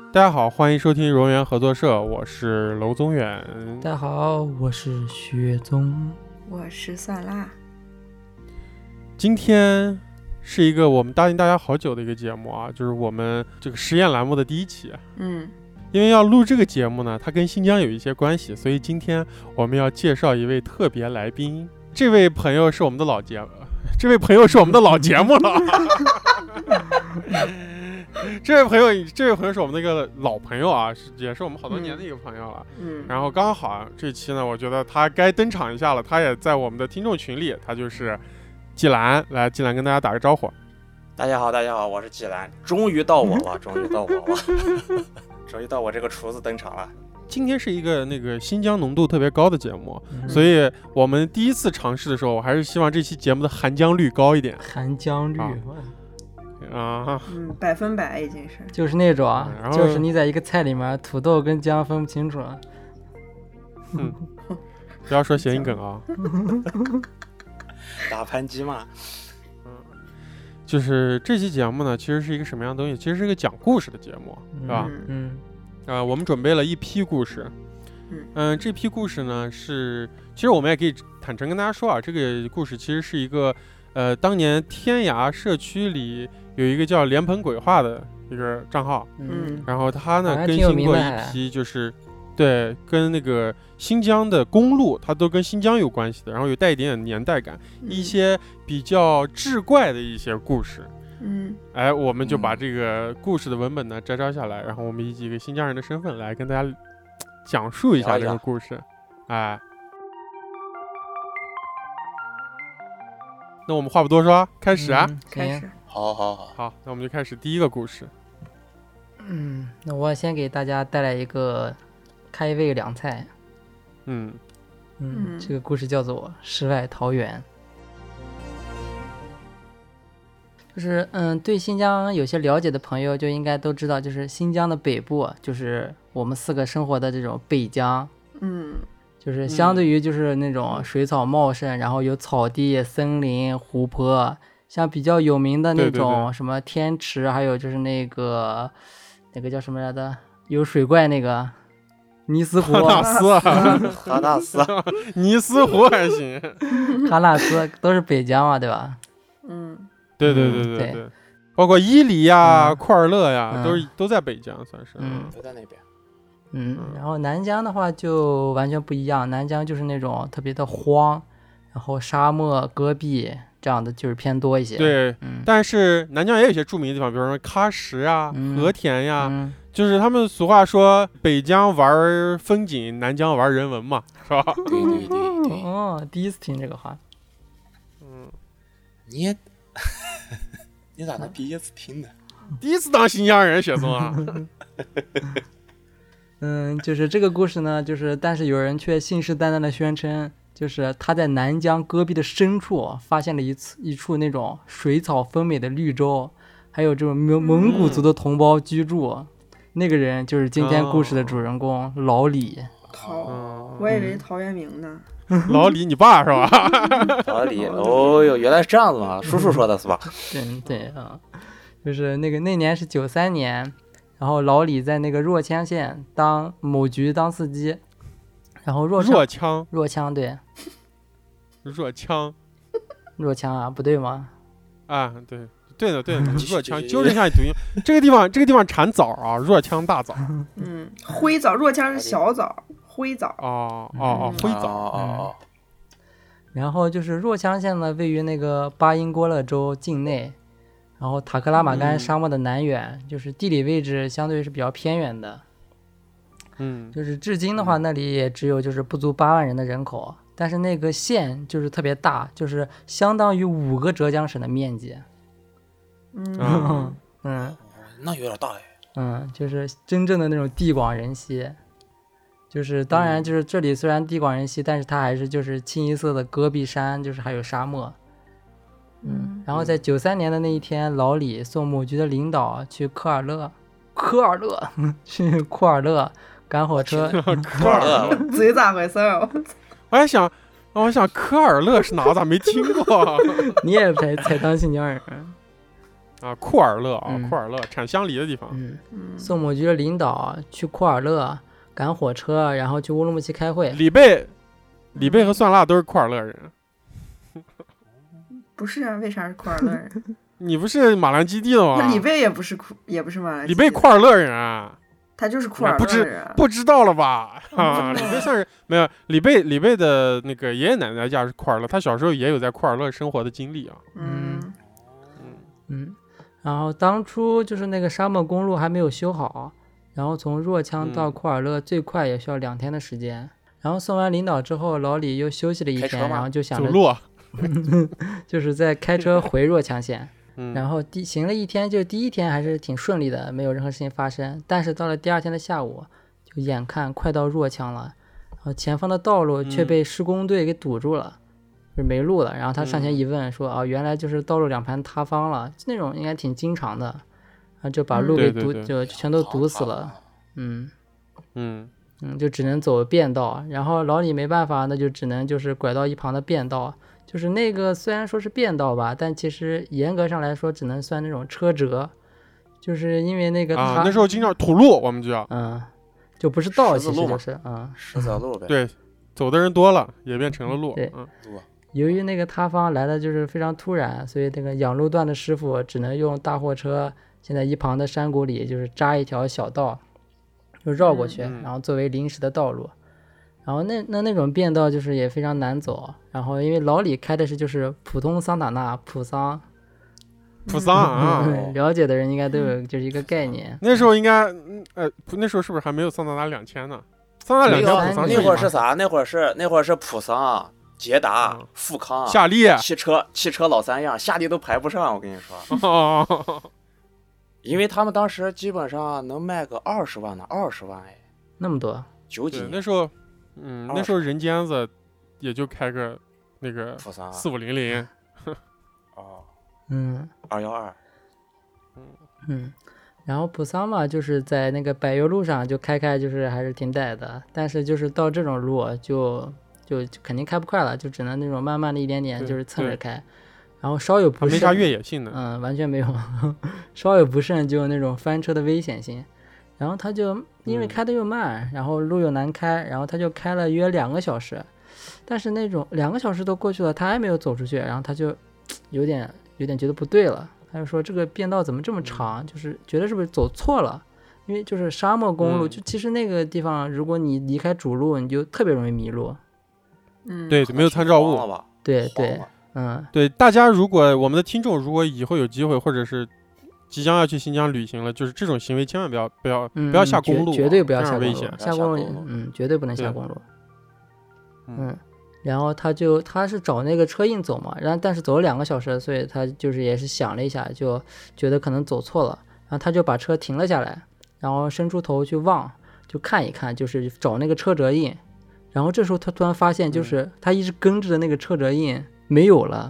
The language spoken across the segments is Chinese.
大家好，欢迎收听荣源合作社，我是娄宗远。 大家好，我是薛宗， 我是蒜辣。 今天是一个我们答应大家好久的一个节目啊，就是我们这个实验栏目的第一期。因为要录这个节目呢，它跟新疆有一些关系，所以今天我们要介绍一位特别来宾。这位朋友是我们的老节目了。这位朋友是我们是我们那个老朋友啊，也是我们好多年的一个朋友了。然后刚好这期呢，我觉得他该登场一下了，他也在我们的听众群里，他就是季兰。来，季兰跟大家打个招呼。 大家好，我是季兰，终于到我了，终于到我这个厨子登场了。 今天是一个那个新疆浓度特别高的节目，所以我们第一次尝试的时候，我还是希望这期节目的含姜率高一点。 含姜率 100%已经是， 就是那种就是你在一个菜里面，土豆跟姜分不清楚。 不要说谐音梗啊。 打盘鸡嘛。 就是这期节目呢，其实是一个什么样的东西？其实是一个讲故事的节目，是吧？我们准备了一批故事。这批故事呢是，其实我们也可以坦诚跟大家说啊，这个故事其实是一个，当年天涯社区里有一个叫莲蓬鬼话的一个账号，然后他呢更新过一批，就是对，跟那个新疆的公路，它都跟新疆有关系的，然后有带一点点年代感，一些比较志怪的一些故事。我们就把这个故事的文本呢摘抄下来，然后我们以几个新疆人的身份来跟大家讲述一下这个故事。那我们话不多说，开始啊！ 开始。 好， 那我们就开始第一个故事。 那我先给大家带来一个开胃凉菜。这个故事叫做世外桃源。就是对新疆有些了解的朋友就应该都知道，就是新疆的北部，就是我们4个生活的这种北疆。就是相对于就是那种水草茂盛，然后有草地、森林、湖泊，像比较有名的那种什么天池，还有就是那个叫什么来的，有水怪那个尼斯湖、 哈纳斯、尼斯湖还行， 哈纳斯都是北疆嘛，对吧？ 对，包括伊犁呀、库尔勒呀，都在北疆，算是都在那边。 然后南疆的话就完全不一样，南疆就是那种特别的荒，然后沙漠、戈壁这样的就是偏多一些。 对，但是南疆也有一些著名的地方，比如说喀什啊、和田呀，就是他们俗话说北疆玩风景，南疆玩人文嘛，是吧？ 对。 第一次听这个话。 你咋能第一次听呢？ 第一次当新疆人，雪松啊。 就是这个故事呢，但是有人却信誓旦旦的宣称，就是他在南疆戈壁的深处发现了一处那种水草丰美的绿洲，还有这种蒙古族的同胞居住。那个人就是今天故事的主人公老李。 我以为是陶渊明呢。 老李，你爸是吧？ 老李，哦哟，原来是这样子嘛，叔叔说的是吧？ 对啊，就是那年是93年，然后老李在那个若羌县当某局当司机，然后若羌对，若羌啊，不对吗？ 对的，若羌纠正一下你读音。这个地方产枣啊，若羌大枣。 灰枣，若羌是小枣。灰枣灰枣。 然后就是若羌县呢，位于那个巴音郭勒州境内，然后塔克拉玛干沙漠的南缘，就是地理位置相对是比较偏远的。就是至今的话，那里也只有就是不足8万人的人口，但是那个县就是特别大，就是相当于5个浙江省的面积。 那有点大哎。 就是真正的那种地广人稀。就是当然就是这里虽然地广人稀，但是它还是就是清一色的戈壁山，就是还有沙漠。然后在93年的那一天，老李送某局的领导去库尔勒赶火车。 库尔勒嘴咋回事？ 我想科尔勒是哪？咋没听过？ 你也才当新疆人。 啊，库尔勒啊，库尔勒产香梨的地方。 宋某局的领导去库尔勒赶火车，然后去乌鲁木齐开会。 李贝和蒜辣都是库尔勒人。 不是啊，为啥是库尔勒人？ 你不是马兰基地的吗？ 那李贝也不是马兰基地。 李贝库尔勒人啊。 他就是库尔勒人啊。 不知道了吧？啊，李贝算是没有。李贝的那个爷爷奶奶家是库尔勒，他小时候也有在库尔勒生活的经历啊。 然后当初就是那个沙漠公路还没有修好，然后从若羌到库尔勒最快也需要2天的时间。然后送完领导之后，老李又休息了1天，然后就想着走路， 就是在开车回若羌县。然后行了1天，就第1天还是挺顺利的，没有任何事情发生。但是到了第2天的下午，就眼看快到若羌了，然后前方的道路却被施工队给堵住了，就是没路了。然后他上前一问说，哦，原来就是道路2盘塌方了，那种应该挺经常的，然后就把路给堵，就全都堵死了。就只能走便道。然后老李没办法，那就只能就是拐到一旁的便道。就是那个虽然说是便道吧，但其实严格上来说只能算那种车辙，就是因为那个那时候经常土路，我们就叫就不是道，其实就是石子路呗。 对，走的人多了也变成了路。 对，由于那个塌方来的就是非常突然，所以那个养路段的师傅只能用大货车现在一旁的山谷里就是扎一条小道，就绕过去，然后作为临时的道路。然后那种便道就是也非常难走，然后因为老李开的是就是普通桑塔纳普桑啊， 了解的人应该都有就是一个概念。 那时候应该那时候是不是还没有桑塔纳2000呢？桑塔纳2000普桑那会儿是啥？那会儿是普桑、捷达、富康、 夏利、 汽车老3样，夏利都排不上，我跟你说。因为他们当时基本上能卖个20万呢，20万哎， 那么多。 90几年那时候。那时候人尖子也就开个那个4500， 哦 ，212，然后普桑嘛，就是在那个柏油路上就开，就是还是挺带的，但是就是到这种路就肯定开不快了，就只能那种慢慢的一点点就是蹭着开，然后稍有不慎， 没啥越野性的， 完全没有，稍有不慎就有那种翻车的危险性。然后他就因为开的又慢，然后路又难开，然后他就开了约2个小时，但是那种2个小时都过去了，他还没有走出去，然后他就有点觉得不对了，他就说这个便道怎么这么长，就是觉得是不是走错了，因为就是沙漠公路，就其实那个地方如果你离开主路，你就特别容易迷路。 对，没有参照物。 对， 对，大家如果我们的听众如果以后有机会或者是即将要去新疆旅行了，就是这种行为千万不要下公路， 绝对不要下公路， 危险， 下公路，绝对不能下公路。然后他是找那个车印走嘛，但是走了2个小时，所以他就是也是想了一下，就觉得可能走错了，然后他就把车停了下来，然后伸出头去望，就看一看，就是找那个车辙印。然后这时候他突然发现，就是他一直跟着的那个车辙印没有了。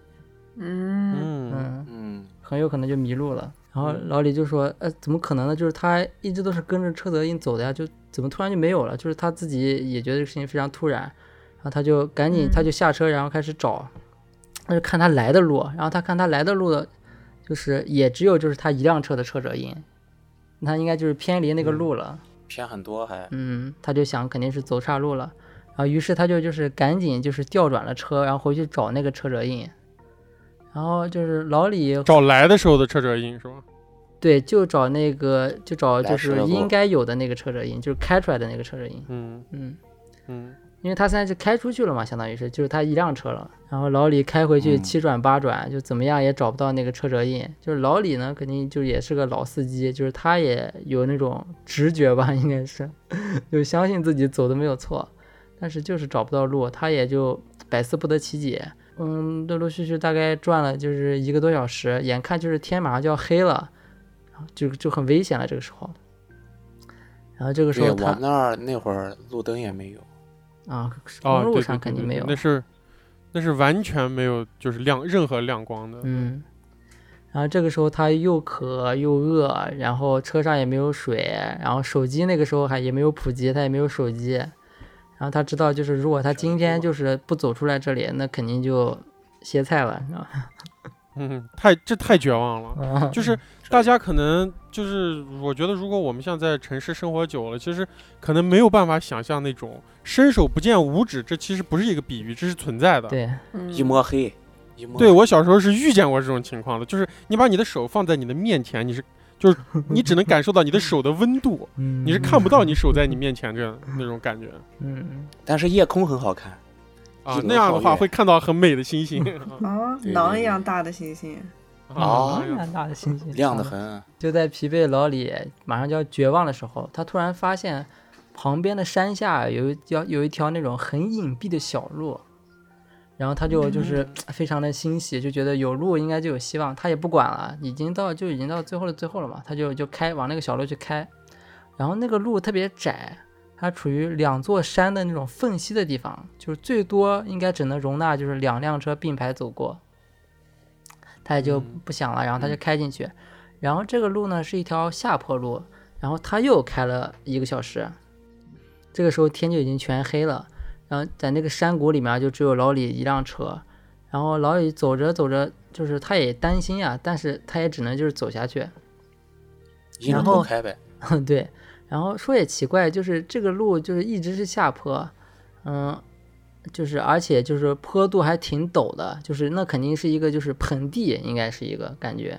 很有可能就迷路了。然后老李就说怎么可能呢，就是他一直都是跟着车辙印走的呀，就怎么突然就没有了，就是他自己也觉得这个事情非常突然，然后他就赶紧他就下车，然后开始找，他就看他来的路，然后他看他来的路的就是也只有就是他一辆车的车辙印，他应该就是偏离那个路了， 偏很多还他就想肯定是走岔路了，然后于是他就是赶紧就是调转了车，然后回去找那个车辙印。然后就是老李找来的时候的车辙印是吧？ 对，就找就是应该有的那个车辙印，就是开出来的那个车辙印。因为他现在是开出去了嘛，相当于是就是他一辆车了。然后老李开回去7转8转，就怎么样也找不到那个车辙印。就是老李呢，肯定就也是个老司机，就是他也有那种直觉吧，应该是就相信自己走的没有错，但是就是找不到路，他也就百思不得其解。陆陆续续大概转了就是1个多小时，眼看就是天马上就要黑了，就很危险了这个时候。然后这个时候我们那儿那会儿路灯也没有公路上肯定没有， 那是完全没有就是任何亮光的。 然后这个时候他又渴又饿，然后车上也没有水，然后手机那个时候也没有普及，他也没有手机。然后他知道，就是如果他今天就是不走出来这里，那肯定就歇菜了，你知道这太绝望了。就是大家可能就是我觉得，如果我们像在城市生活久了，其实可能没有办法想象那种伸手不见五指，这其实不是一个比喻，这是存在的。 对， 一摸黑。 对，我小时候是遇见过这种情况的，就是你把你的手放在你的面前，就是你只能感受到你的手的温度，你是看不到你手在你面前那种感觉。 但是夜空很好看啊，那样的话会看到很美的星星啊，囊一样大的星星啊，一样大的星星， 亮得很。 就在疲惫老李马上就要绝望的时候，他突然发现旁边的山下有一条那种很隐蔽的小路。然后他就是非常的欣喜，就觉得有路应该就有希望，他也不管了，已经到最后的最后了嘛，他就往那个小路去开，然后那个路特别窄，它处于2座山的那种缝隙的地方，就是最多应该只能容纳就是2辆车并排走过，他也就不想了，然后他就开进去，然后这个路呢是一条下坡路，然后他又开了1个小时，这个时候天就已经全黑了。然后在那个山谷里面就只有老李1辆车，然后老李走着走着，就是他也担心啊，但是他也只能就是走下去， 然后开呗。 对，然后说也奇怪，就是这个路就是一直是下坡，就是而且就是坡度还挺陡的，就是那肯定是一个就是盆地，应该是一个感觉。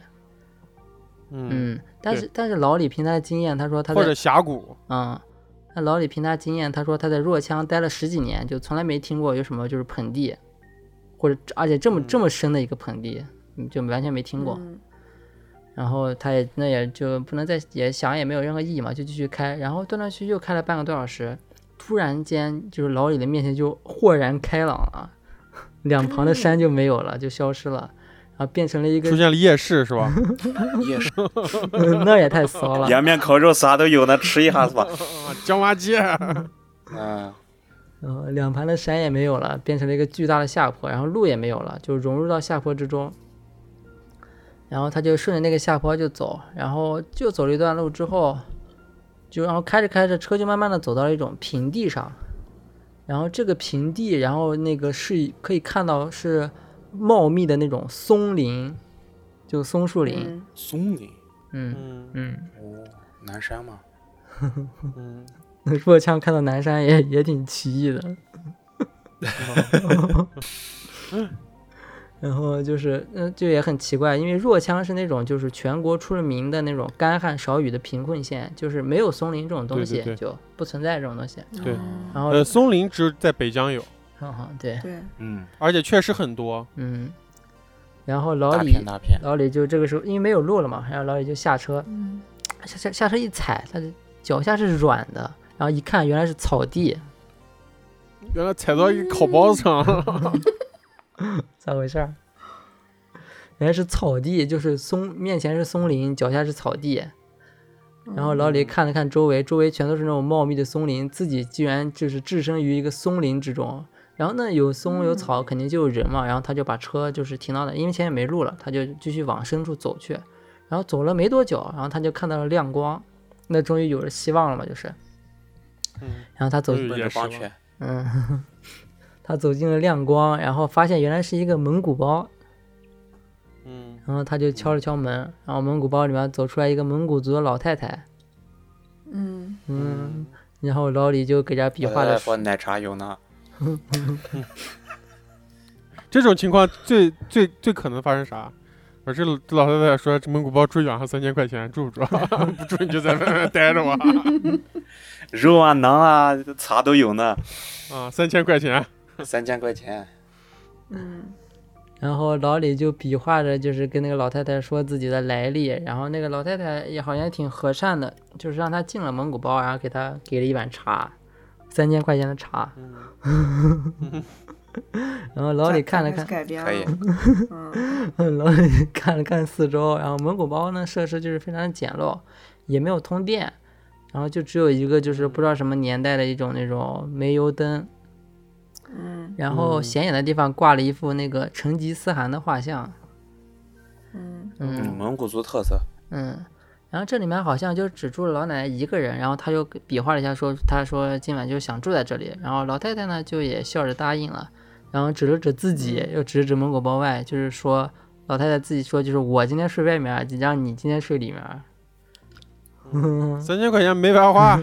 但是老李凭他的经验，他说他或者峡谷， 那老李凭他经验，他说他在若羌待了10几年，就从来没听过有什么就是盆地，或者而且这么深的一个盆地，就完全没听过。然后他也就不能再也想也没有任何意义嘛，就继续开。然后断断续续又开了半个多小时，突然间就是老李的面前就豁然开朗了，两旁的山就没有了，就消失了。然后变成了一个出现了夜市是吧？ 夜市， 那也太骚了。 凉面、烤肉啥都有呢，吃一下是吧？ 椒麻鸡。 两旁的山也没有了，变成了一个巨大的下坡，然后路也没有了，就融入到下坡之中。然后他就顺着那个下坡就走，然后就走了一段路之后，然后开着开着车就慢慢的走到了一种平地上，然后这个平地，然后那个是可以看到是茂密的那种松林，就松树林。 松林。南山嘛。 若羌看到南山也挺奇异的。然后就是就也很奇怪，因为若羌是那种就是全国出了名的那种干旱少雨的贫困县，就是没有松林这种东西， 对， 就不存在这种东西。 对， 然后松林只在北疆有。 对， 而且确实很多。 然后老李就这个时候因为没有路了嘛，然后老李就下车，下车一踩，他的脚下是软的，然后一看原来是草地， 原来踩到一个烤包子上了。 咋回事？原来是草地，就是面前是松林，脚下是草地。然后老李看了看周围全都是那种茂密的松林，自己居然就是置身于一个松林之中。然后呢，有松有草，肯定就有人嘛。然后他就把车就是停到那，因为前面没路了，他就继续往深处走去。然后走了没多久，然后他就看到了亮光，那终于有了希望了嘛，就是。然后他走进他走进了亮光，然后发现原来是一个蒙古包。然后他就敲了敲门，然后蒙古包里面走出来一个蒙古族的老太太。然后老李就给人家比划了说奶茶有呢。 这种情况最可能发生啥？我这老太太说，这蒙古包住远上3000块钱，住不住？不住你就在外面待着吧。 肉啊、馕啊、茶都有呢。 3000块钱。 3000块钱。 然后老李就比划着，就是跟那个老太太说自己的来历，然后那个老太太也好像挺和善的，就是让他进了蒙古包，然后给了一碗茶，3000块钱的茶。然后老李看了看， 可以。 老李看了看四周，然后蒙古包呢设施就是非常的简陋，也没有通电，然后就只有一个就是不知道什么年代的一种那种煤油灯。然后显眼的地方挂了一幅那个成吉思汗的画像。 蒙古族特色。 然后这里面好像就只住了老奶奶一个人，然后他就比划了一下他说今晚就想住在这里，然后老太太呢就也笑着答应了，然后指了指自己，又指了指蒙古包外，就是说老太太自己说，就是我今天睡外面，让你今天睡里面。 3000块钱没白花。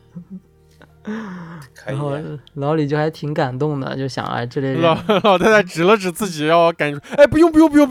然后老李就还挺感动的，就想这类老太太指了指自己，让我赶紧说，不用，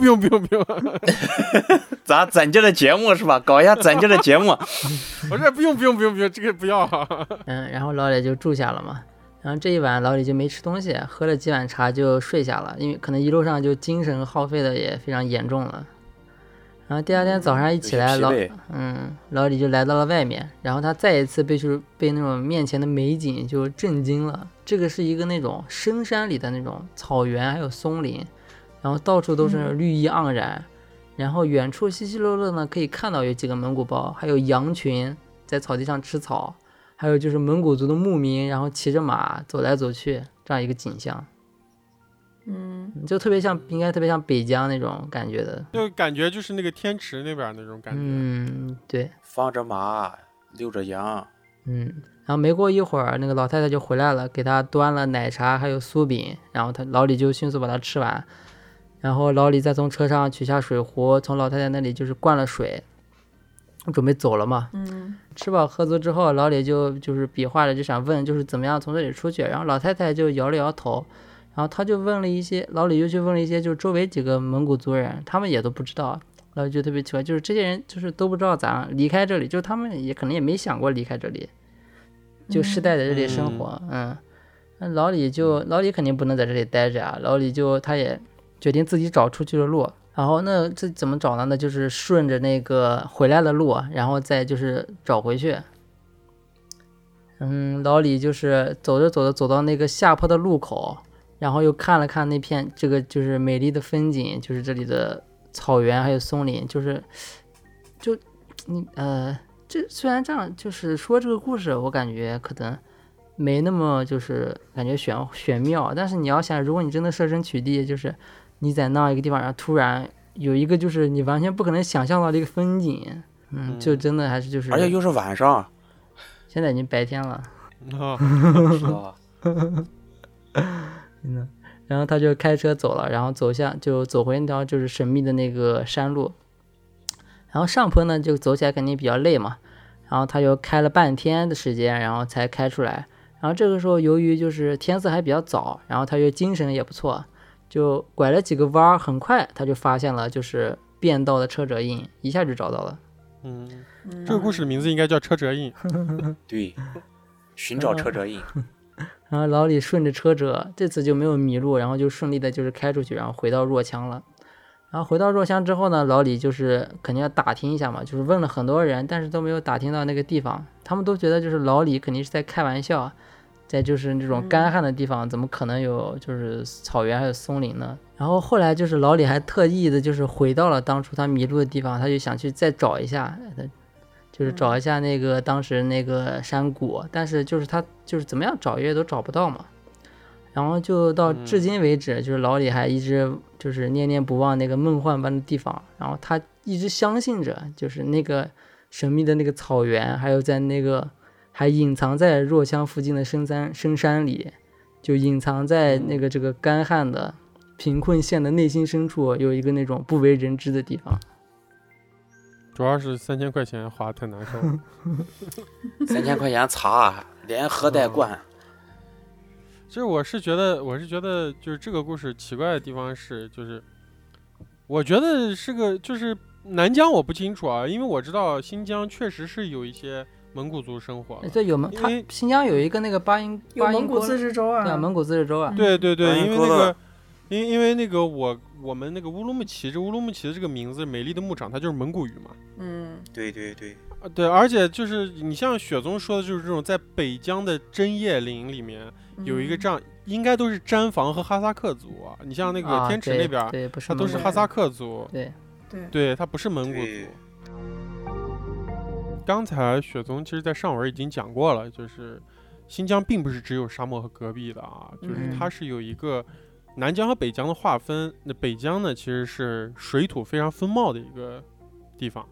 咱这的节目是吧？搞一下咱这的节目。 我说不用，这个不要。 然后老李就住下了嘛。然后这一晚老李就没吃东西，喝了几碗茶就睡下了，因为可能一路上就精神耗费的也非常严重了。然后第二天早上一起来，老李就来到了外面，然后他再一次被那种面前的美景就震惊了。这个是一个那种深山里的那种草原，还有松林，然后到处都是绿意盎然，然后远处稀稀落落呢可以看到有几个蒙古包，还有羊群在草地上吃草，还有就是蒙古族的牧民，然后骑着马走来走去，这样一个景象。就应该特别像北疆那种感觉的， 就感觉就是那个天池那边那种感觉。 对， 放着马，遛着羊。 然后没过一会儿，那个老太太就回来了，给他端了奶茶还有酥饼，然后老李就迅速把它吃完。然后老李再从车上取下水壶，从老太太那里就是灌了水，准备走了嘛。吃饱喝足之后，老李就是比划着就想问，就是怎么样从这里出去。然后老太太就摇了摇头。然后他就问了一些，老李又去问了一些，就是周围几个蒙古族人，他们也都不知道。老李就特别奇怪，就是这些人就是都不知道咋离开这里，就是他们也可能也没想过离开这里，就世代在这里生活。那老李肯定不能在这里待着啊，老李他也决定自己找出去的路。然后那这怎么找呢？那就是顺着那个回来的路，然后再就是找回去。老李就是走着走着走到那个下坡的路口。然后又看了看那片这个就是美丽的风景，就是这里的草原还有松林，这虽然这样就是说这个故事，我感觉可能没那么就是感觉玄妙，但是你要想，如果你真的设身处地，就是你在那一个地方上突然有一个就是你完全不可能想象到的一个风景，就真的还是就是， 而且又是晚上， 现在已经白天了。 是吧？ 然后他就开车走了，然后走回那条就是神秘的那个山路。然后上坡呢就走起来肯定比较累嘛，然后他就开了半天的时间，然后才开出来。然后这个时候由于就是天色还比较早，然后他又精神也不错，就拐了几个弯，很快他就发现了就是变道的车辙印，一下就找到了。 这个故事的名字应该叫车辙印。 对，寻找车辙印。 然后老李顺着车辙，这次就没有迷路，然后就顺利的就是开出去，然后回到若羌了。然后回到若羌之后呢，老李就是肯定要打听一下嘛，就是问了很多人，但是都没有打听到那个地方。他们都觉得就是老李肯定是在开玩笑，在就是那种干旱的地方，怎么可能有就是草原还有松林呢？然后后来就是老李还特意的就是回到了当初他迷路的地方，他就想去再找一下。就是找一下那个当时那个山谷，但是就是他就是怎么样找也都找不到嘛。然后就到至今为止，就是老李还一直就是念念不忘那个梦幻般的地方，然后他一直相信着，就是那个神秘的那个草原，还有在那个还隐藏在若羌附近的深山里，就隐藏在那个这个干旱的贫困县的内心深处，有一个那种不为人知的地方。 主要是3000块钱花太难受了。 3000块钱茶连喝带灌。 其实我是觉得就是这个故事奇怪的地方是，就是我觉得是个就是南疆我不清楚啊，因为我知道新疆确实是有一些蒙古族生活。 对，他新疆有一个那个有蒙古自治州啊。 对，蒙古自治州啊。 对，因为那个我们那个乌鲁木齐的这个名字美丽的牧场，它就是蒙古语嘛。 对。 对，而且就是你像雪宗说的，就是这种在北疆的针叶林里面有一个这样，应该都是毡房和哈萨克族啊。你像那个天池那边， 对， 它都是哈萨克族。 对， 它不是蒙古族。刚才雪宗其实在上文已经讲过了，就是新疆并不是只有沙漠和戈壁的啊，就是它是有一个南疆和北疆的划分。那北疆呢，其实是水土非常丰茂的一个地方。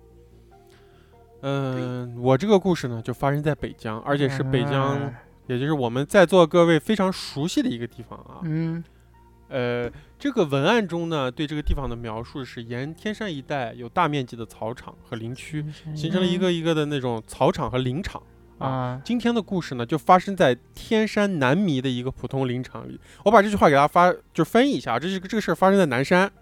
我这个故事呢就发生在北疆，而且是北疆，也就是我们在座各位非常熟悉的一个地方啊。 这个文案中呢，对这个地方的描述是沿天山一带有大面积的草场和林区，形成了一个一个的那种草场和林场啊。今天的故事呢，就发生在天山南弥的一个普通林场里。我把这句话给大家就翻译一下，这个事儿发生在南山。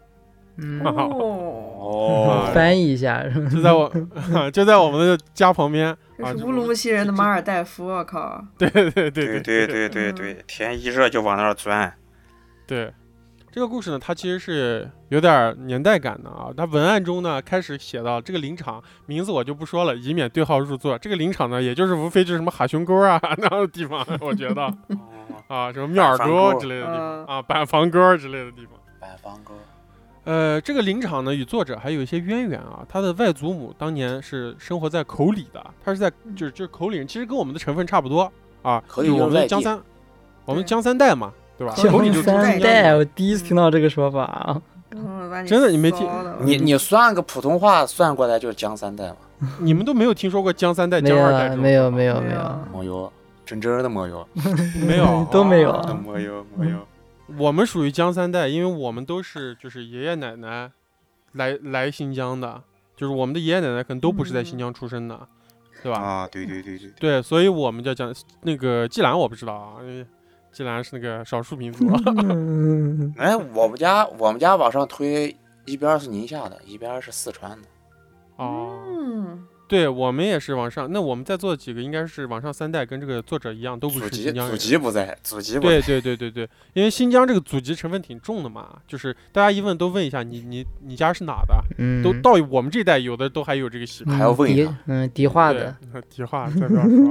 翻译一下， 就在我们的家旁边。 这是乌鲁木齐人的马尔代夫，我靠！ 对， 天一热就往那儿钻。 对，这个故事呢，它其实是有点年代感的啊。它文案中呢，开始写到这个林场名字我就不说了，以免对号入座。这个林场呢，也就是无非就是什么哈熊沟啊那样的地方，我觉得啊，什么庙耳沟之类的地方啊，板房沟之类的地方。 板房沟。 这个林场呢，与作者还有一些渊源啊。他的外祖母当年是生活在口里的，他是在就是口里人，其实跟我们的成分差不多啊。 口里我们的江三代嘛，对吧？口里就三代，我第一次听到这个说法啊。 真的，你没听？ 你算个普通话算过来就是江三代嘛？ 你们都没有听说过江三代、江二代？ 没有， 没有，真的没有， 没有， 都没有， 没有。 我们属于江三代，因为我们都是就是爷爷奶奶来新疆的，就是我们的爷爷奶奶可能都不是在新疆出生的，对吧？ 啊， 对，所以我们叫江那个季兰我不知道啊，因为季兰是那个少数民族。 哎，我们家往上推，一边是宁夏的，一边是四川的。 哦。对，我们也是往上。那我们在座的几个应该是往上三代，跟这个作者一样，都不是新疆人。 祖籍不在。 对，因为新疆这个祖籍成分挺重的嘛，就是大家一问都问一下你家是哪的，都到我们这代有的都还有这个习惯， 还要问一下。 迪化的。 迪化，再不要说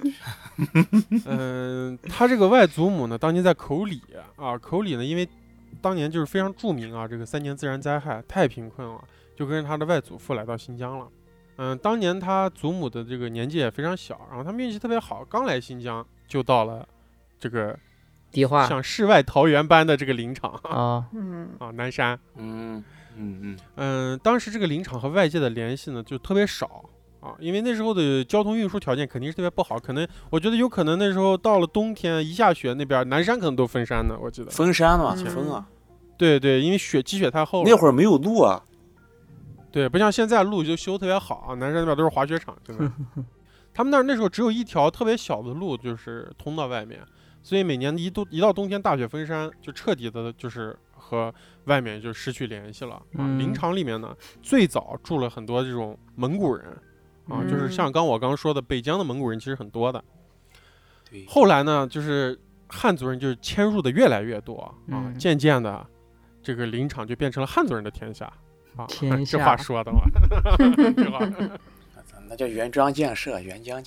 啊。他这个外祖母呢，当年在口里啊，口里呢，因为当年就是非常著名啊，这个3年自然灾害太贫困了，就跟着他的外祖父来到新疆了。当年他祖母的这个年纪也非常小，然后他运气特别好，刚来新疆就到了这个迪化， 像世外桃源般的这个林场南山。当时这个林场和外界的联系呢就特别少啊，因为那时候的交通运输条件肯定是特别不好，我觉得有可能那时候到了冬天一下雪，那边南山可能都封山呢，我记得封山嘛，封啊。 对，因为积雪太厚了， 那会儿没有路啊。 对，不像现在路就修特别好啊，南山那边都是滑雪场，真的。他们那时候只有一条特别小的路，就是通到外面，所以每年一到冬天大雪封山，就彻底的就是和外面就失去联系了。林场里面呢，最早住了很多这种蒙古人啊，就是像我刚说的，北疆的蒙古人其实很多的。后来呢，就是汉族人就是迁入的越来越多啊，渐渐的，这个林场就变成了汉族人的天下。这话说的嘛， 那叫原疆建设，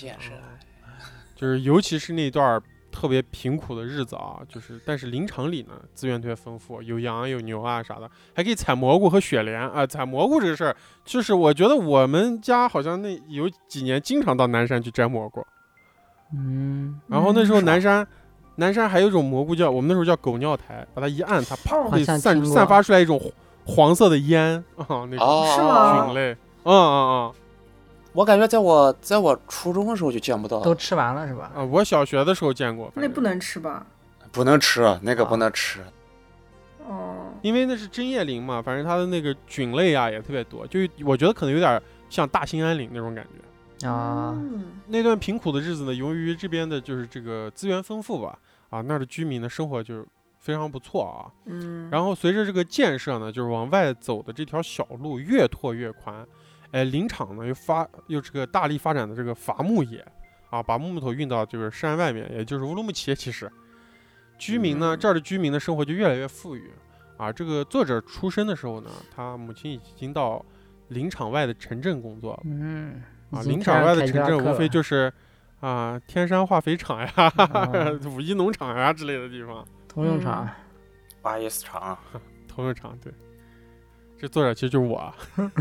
就是尤其是那段特别贫苦的日子啊，但是林场里呢资源特别丰富，有羊有牛啊啥的，还可以采蘑菇和雪莲啊。采蘑菇这个事儿，就是我觉得我们家好像那有几年经常到南山去摘蘑菇。然后那时候南山还有一种蘑菇我们那时候叫狗尿苔，把它一按，它啪会散发出来一种黄色的烟啊，那种菌类。 我感觉在我初中的时候就见不到， 都吃完了是吧？ 我小学的时候见过。 那不能吃吧？ 不能吃，那个不能吃。 因为那是针叶林嘛，反正它的那个菌类啊也特别多，就我觉得可能有点像大兴安岭那种感觉啊。 那段贫苦的日子呢，由于这边的就是这个资源丰富吧，那儿的居民的生活就非常不错啊。然后随着这个建设呢，就是往外走的这条小路越拓越宽。林场呢又这个大力发展的这个伐木业啊，把木头运到这个山外面，也就是乌鲁木齐。其实居民呢，这儿的居民的生活就越来越富裕啊。这个作者出生的时候呢，他母亲已经到林场外的城镇工作了。林场外的城镇无非就是天山化肥厂呀、五一农场呀之类的地方。 通用厂、 巴伊斯厂、 通用厂，对。这作者其实就是我。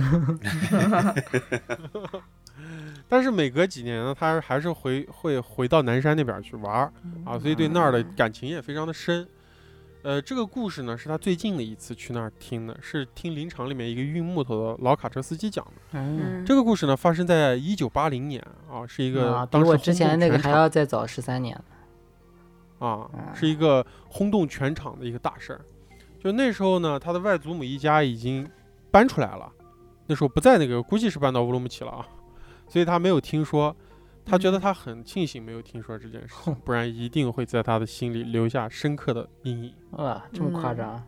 但是每隔几年呢，他还是会回到南山那边去玩所以对那儿的感情也非常的深。这个故事呢是他最近的一次去那儿听的，是听林场里面一个运木头的老卡车司机讲的。这个故事呢发生在1980年是一个比我之前那个还要再早13年是一个轰动全场的一个大事儿。 就那时候呢，他的外祖母一家已经搬出来了，那时候不在那个，估计是搬到乌鲁木齐了啊，所以他没有听说。他觉得他很庆幸没有听说这件事情，不然一定会在他的心里留下深刻的阴影。 哇，这么夸张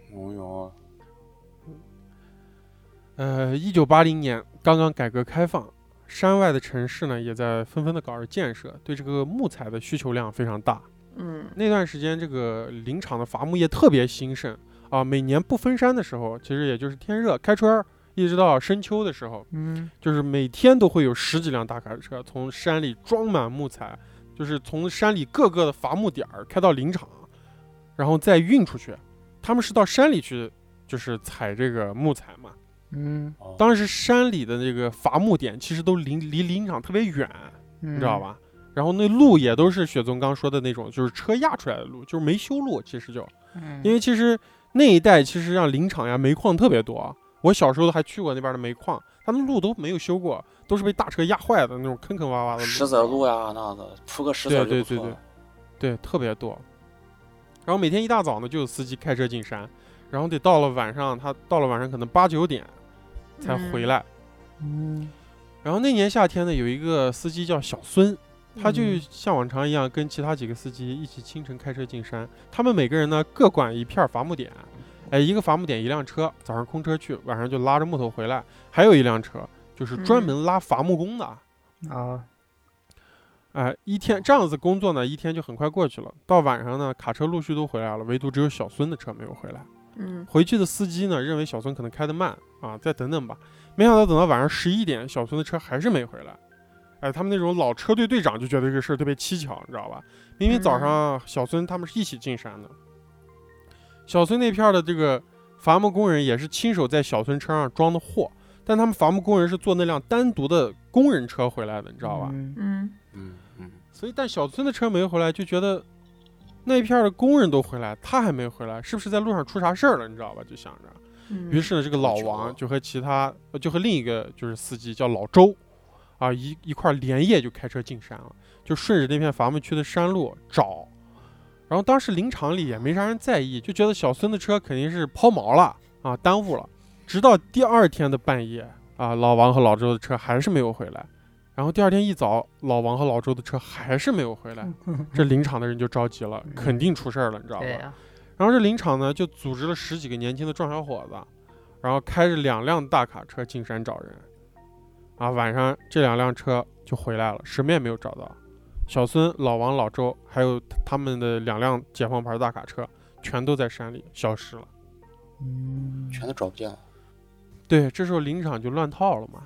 ？1980年刚刚改革开放，山外的城市呢也在纷纷的搞着建设，对这个木材的需求量非常大。那段时间这个林场的伐木业特别兴盛啊，每年不封山的时候，其实也就是天热开春一直到深秋的时候，就是每天都会有10几辆大卡车从山里装满木材，就是从山里各个的伐木点开到林场，然后再运出去。他们是到山里去，就是采这个木材嘛。当时山里的那个伐木点其实都离林场特别远，你知道吧？然后那路也都是雪宗刚说的那种，就是车压出来的路，就是没修路。其实就，因为其实那一带其实让林场呀煤矿特别多。我小时候还去过那边的煤矿，他们路都没有修过，都是被大车压坏的那种坑坑洼洼的路。 石子路呀，那个铺个石子就不错了。 对，特别多。然后每天一大早呢，就有司机开车进山，然后得到了晚上，他到了晚上可能8、9点才回来。然后那年夏天呢，有一个司机叫小孙，他就像往常一样，跟其他几个司机一起清晨开车进山。他们每个人呢各管一片伐木点。一个伐木点1辆车，早上空车去，晚上就拉着木头回来。还有1辆车，就是专门拉伐木工的。一天这样子工作呢，一天就很快过去了。到晚上呢，卡车陆续都回来了，唯独只有小孙的车没有回来。回去的司机呢，认为小孙可能开得慢啊，再等等吧。没想到等到晚上11点，小孙的车还是没回来。他们那种老车队队长就觉得这个事儿特别蹊跷，你知道吧？明明早上小孙他们是一起进山的。小孙那片的这个伐木工人也是亲手在小孙车上装的货，但他们伐木工人是坐那辆单独的工人车回来的，你知道吧？所以但小孙的车没回来，就觉得那片的工人都回来，他还没回来，是不是在路上出啥事儿了？你知道吧？就想着，于是呢，这个老王就和另一个就是司机叫老周，一块连夜就开车进山了，就顺着那片伐木区的山路找。然后当时林场里也没啥人在意，就觉得小孙的车肯定是抛锚了啊，耽误了。直到第2天的半夜老王和老周的车还是没有回来。然后第2天一早，老王和老周的车还是没有回来，这林场的人就着急了，肯定出事了，你知道吧？然后这林场呢就组织了10几个年轻的壮小伙子，然后开着2辆大卡车进山找人。晚上这2辆车就回来了，什么也没有找到。小孙、老王、老周还有他们的2辆解放牌大卡车全都在山里消失了， 全都找不见了。 对，这时候林场就乱套了嘛。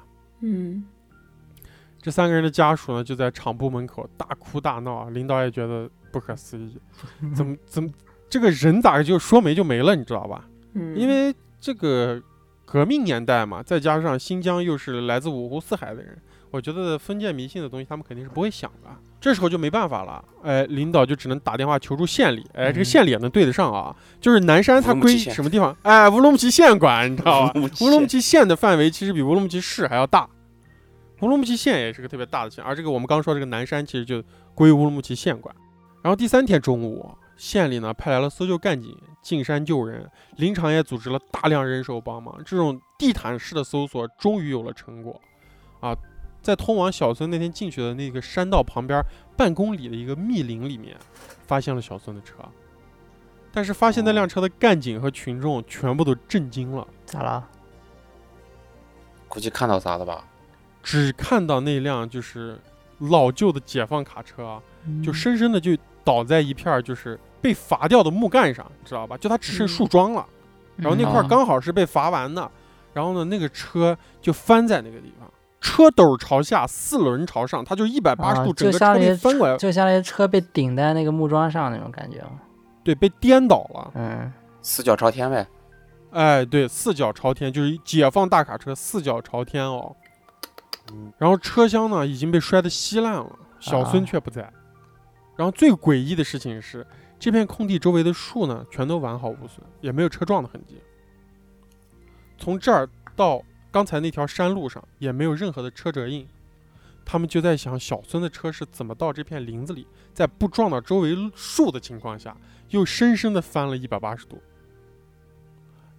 这3个人的家属呢就在厂部门口大哭大闹，领导也觉得不可思议，怎么这个人咋个就说没就没了，你知道吧？因为这个革命年代嘛，再加上新疆又是来自5湖4海的人，我觉得封建迷信的东西他们肯定是不会想的。这时候就没办法了，领导就只能打电话求助县里，这个县里也能对得上啊，就是南山它归什么地方？乌鲁木齐县管，你知道吧？乌鲁木齐县的范围其实比乌鲁木齐市还要大，乌鲁木齐县也是个特别大的县，而这个我们刚说这个南山其实就归乌鲁木齐县管。然后第3天中午，县里呢派来了搜救干警进山救人，林场也组织了大量人手帮忙，这种地毯式的搜索终于有了成果在通往小孙那天进去的那个山道旁边半公里的一个密林里面，发现了小孙的车。但是发现那辆车的干警和群众全部都震惊了。 咋了？ 估计看到啥了吧？ 只看到那辆就是老旧的解放卡车就深深的就倒在一片就是被伐掉的木干上，知道吧？就它只剩树桩了，然后那块刚好是被伐完的，然后呢那个车就翻在那个地方。车斗朝下，4轮朝上，它就180度，整个车被翻过来， 就相当于车被顶在那个木桩上那种感觉。 对，被颠倒了。 4脚朝天呗。 对，4脚朝天，就是解放大卡车4脚朝天然后车厢呢已经被摔得稀烂了，小孙却不在。然后最诡异的事情是，这片空地周围的树呢全都完好无损，也没有车撞的痕迹。从这儿到刚才那条山路上也没有任何的车辙印，他们就在想小孙的车是怎么到这片林子里，在不撞到周围树的情况下，又深深地翻了180度。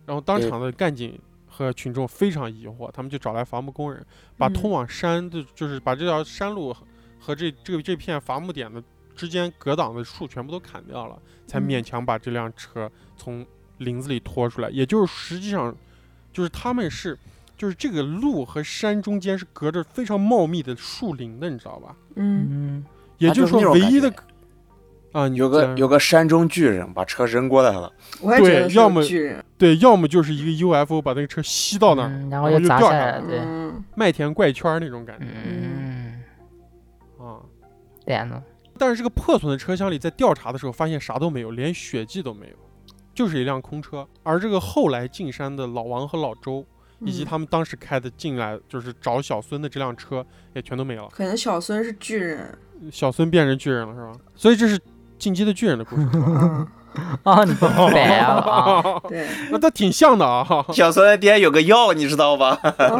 然后当场的干警和群众非常疑惑，他们就找来伐木工人，把通往山的，就是把这条山路和这片伐木点的之间隔挡的树全部都砍掉了，才勉强把这辆车从林子里拖出来。也就是实际上，就是他们就是这个路和山中间是隔着非常茂密的树林的，你知道吧？也就是说唯一的啊， 有个山中巨人把车扔过来了。 我也觉得是巨人。 对，要么就是一个 UFO 把那个车吸到那儿， 然后又掉下来， 对， 麦田怪圈那种感觉。 天哪！ 但是这个破损的车厢里，在调查的时候发现啥都没有，连血迹都没有，就是一辆空车。而这个后来进山的老王和老周，以及他们当时开的进来就是找小孙的这辆车，也全都没了。 可能小孙是巨人， 小孙变成巨人了是吧？所以这是进击的巨人的故事。 你不白了对， 那他挺像的啊。 小孙的爹有个药，你知道吧？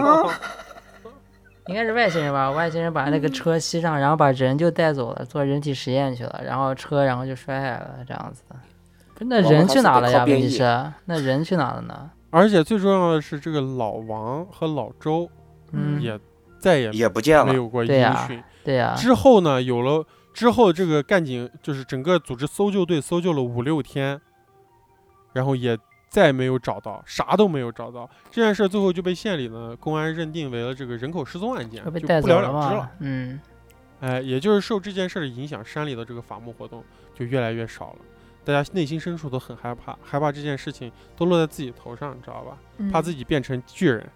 应该是外星人吧？外星人把那个车吸上，然后把人就带走了，做人体实验去了，然后车就摔下来了，这样子。那人去哪了呀？问题是那人去哪了呢？ 而且最重要的是，这个老王和老周，也再也不见了， 没有过音讯。 对呀。 之后呢，之后这个干警就是整个组织搜救队搜救了5-6天，然后也再没有找到，啥都没有找到。这件事最后就被县里呢公安认定为了这个人口失踪案件，就不了了之了。也就是受这件事的影响，山里的这个伐木活动就越来越少了。大家内心深处都很害怕，害怕这件事情都落在自己头上，你知道吧？怕自己变成巨人。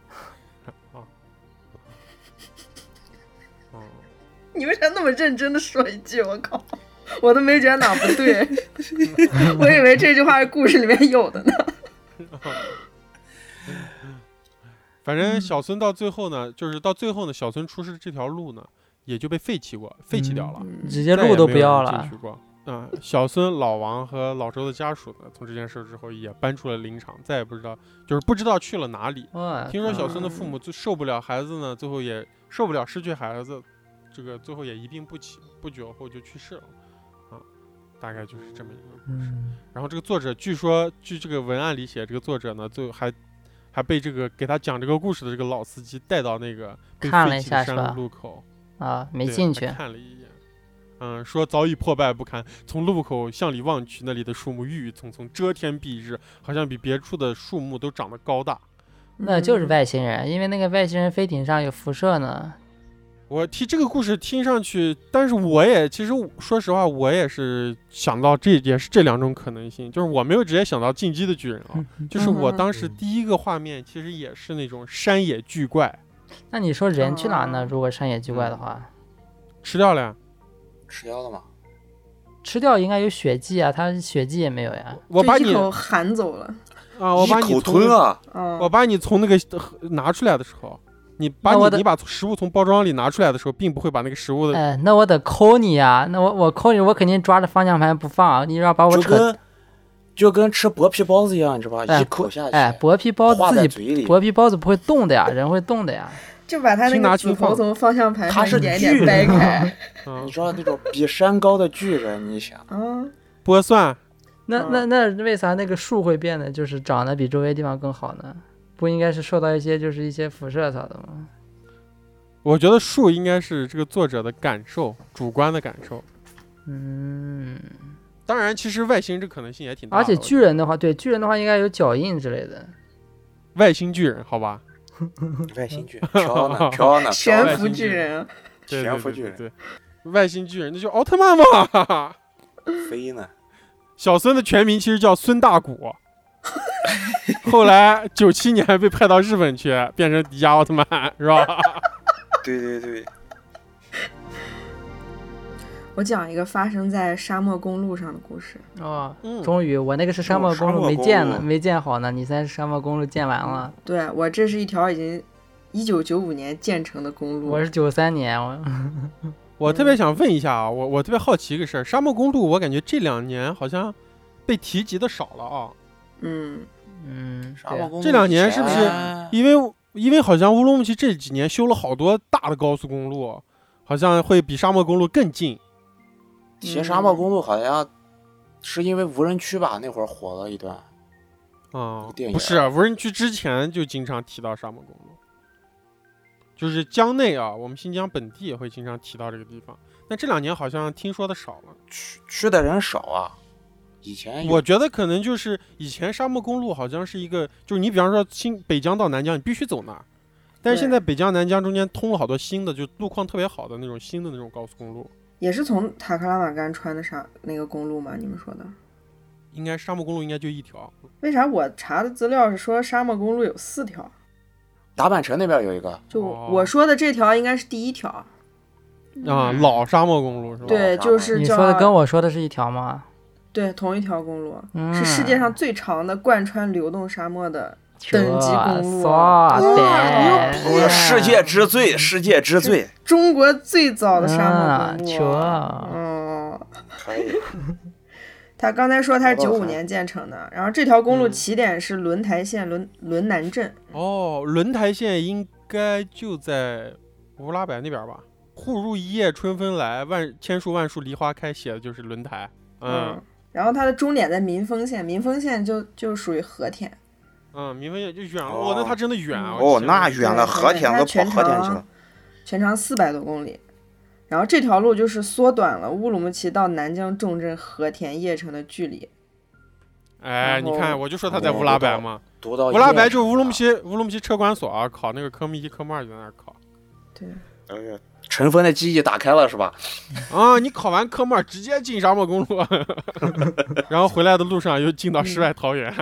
你为啥那么认真的说一句？我靠，我都没觉得哪不对。我以为这句话是故事里面有的呢。 反正小孙到最后呢，小孙出事这条路呢，也就被废弃掉了， 直接路都不要了。 进去过。小孙、老王和老周的家属呢，从这件事之后也搬出了林场，再也不知道去了哪里。听说小孙的父母最受不了孩子呢，最后也受不了失去孩子，这个最后也一病不起，不久后就去世了。大概就是这么一个故事。然后这个作者据这个文案里写，这个作者呢，最后还被这个给他讲这个故事的这个老司机带到那个被废弃的山路口没进去， 看了一眼。说早已破败不堪，从路口向里望去，那里的树木郁郁葱葱，遮天蔽日，好像比别处的树木都长得高大。 那就是外星人，因为那个外星人飞艇上有辐射呢。 我提这个故事听上去，但是其实说实话，我也是想到也是这两种可能性，就是我没有直接想到进击的巨人就是我当时第一个画面其实也是那种山野巨怪。 那你说人去哪呢？如果山野巨怪的话， 吃掉了呀？ 吃掉了吗？ 吃掉应该有血迹啊，他血迹也没有呀。 我把你一口含走了我把你口吞啊！ 我把你从那个拿出来的时候。你把食物从包装里拿出来的时候，并不会把那个食物的。 那我得抠你呀！那我抠你，我肯定抓着方向盘不放。你要把我扯， 就跟吃薄皮包子一样，你知道吧？一口下去。 薄皮包子薄皮包子不会动的呀，人会动的呀。 就把它那个指头从方向盘上一点点掰开。 你知道那种比山高的巨人，你想？ 剥蒜。 那为啥那个树会变得就是长得比周围地方更好呢？不应该是受到一些辐射啥的吗？ 我觉得树应该是这个作者的感受，主观的感受。当然，其实外星这可能性也挺大的。 而且巨人的话应该有脚印之类的。 外星巨人，好吧？ 外星巨人，飘呢？ 悬浮巨人， 悬浮巨人， 对，外星巨人那就奥特曼嘛。 飞呢？ 小孙的全名其实叫孙大古。后来97年被派到日本去，变成迪迦奥特曼，是吧？ 对。 我讲一个发生在沙漠公路上的故事。 终于，我那个是沙漠公路没建好呢，你现在沙漠公路建完了。 对，我这是一条已经1995年建成的公路。 我是93年。 我特别想问一下啊，我特别好奇一个事儿，沙漠公路我感觉这2年好像被提及的少了啊。这2年是不是因为好像乌鲁木齐这几年修了好多大的高速公路，好像会比沙漠公路更近。 其实沙漠公路好像是因为无人区吧，那会儿火了一段。 不是无人区之前就经常提到沙漠公路，就是疆内啊，我们新疆本地也会经常提到这个地方。但这2年好像听说的少了， 去的人少啊。以前我觉得可能就是以前沙漠公路好像是一个，就是你比方说北疆到南疆，你必须走那儿。但是现在北疆南疆中间通了好多新的，就路况特别好的那种新的那种高速公路。 也是从塔克拉玛干穿的那个公路吗？你们说的？ 应该沙漠公路应该就1条。 为啥我查的资料是说沙漠公路有4条？ 达坂城那边有一个。 就我说的这条应该是第1条。 老沙漠公路是吧？ 对，就是你说的跟我说的是一条吗？ 对，同一条公路，是世界上最长的贯穿流动沙漠的等级公路。 世界之最，世界之最， 中国最早的沙漠公路。 可以。 他刚才说他是95年建成的，然后这条公路起点是轮台县轮南镇。 轮台县应该就在乌拉柏那边吧？户入一夜春分来，千树万树梨花开，写的就是轮台。 然后它的终点在民丰县，民丰县就属于和田。 民丰县就远了。那它真的远啊！ 那远了，和田都跑和田去了。 全长400多公里。然后这条路就是缩短了乌鲁木齐到南疆重镇和田邺城的距离。 你看，我就说它在乌拉柏嘛。乌拉柏就是乌鲁木齐车管所啊，考那个科目1、科目2就在那儿考。 对。 尘封的记忆打开了是吧？ 你考完科目2直接进沙漠公路，然后回来的路上又进到世外桃源。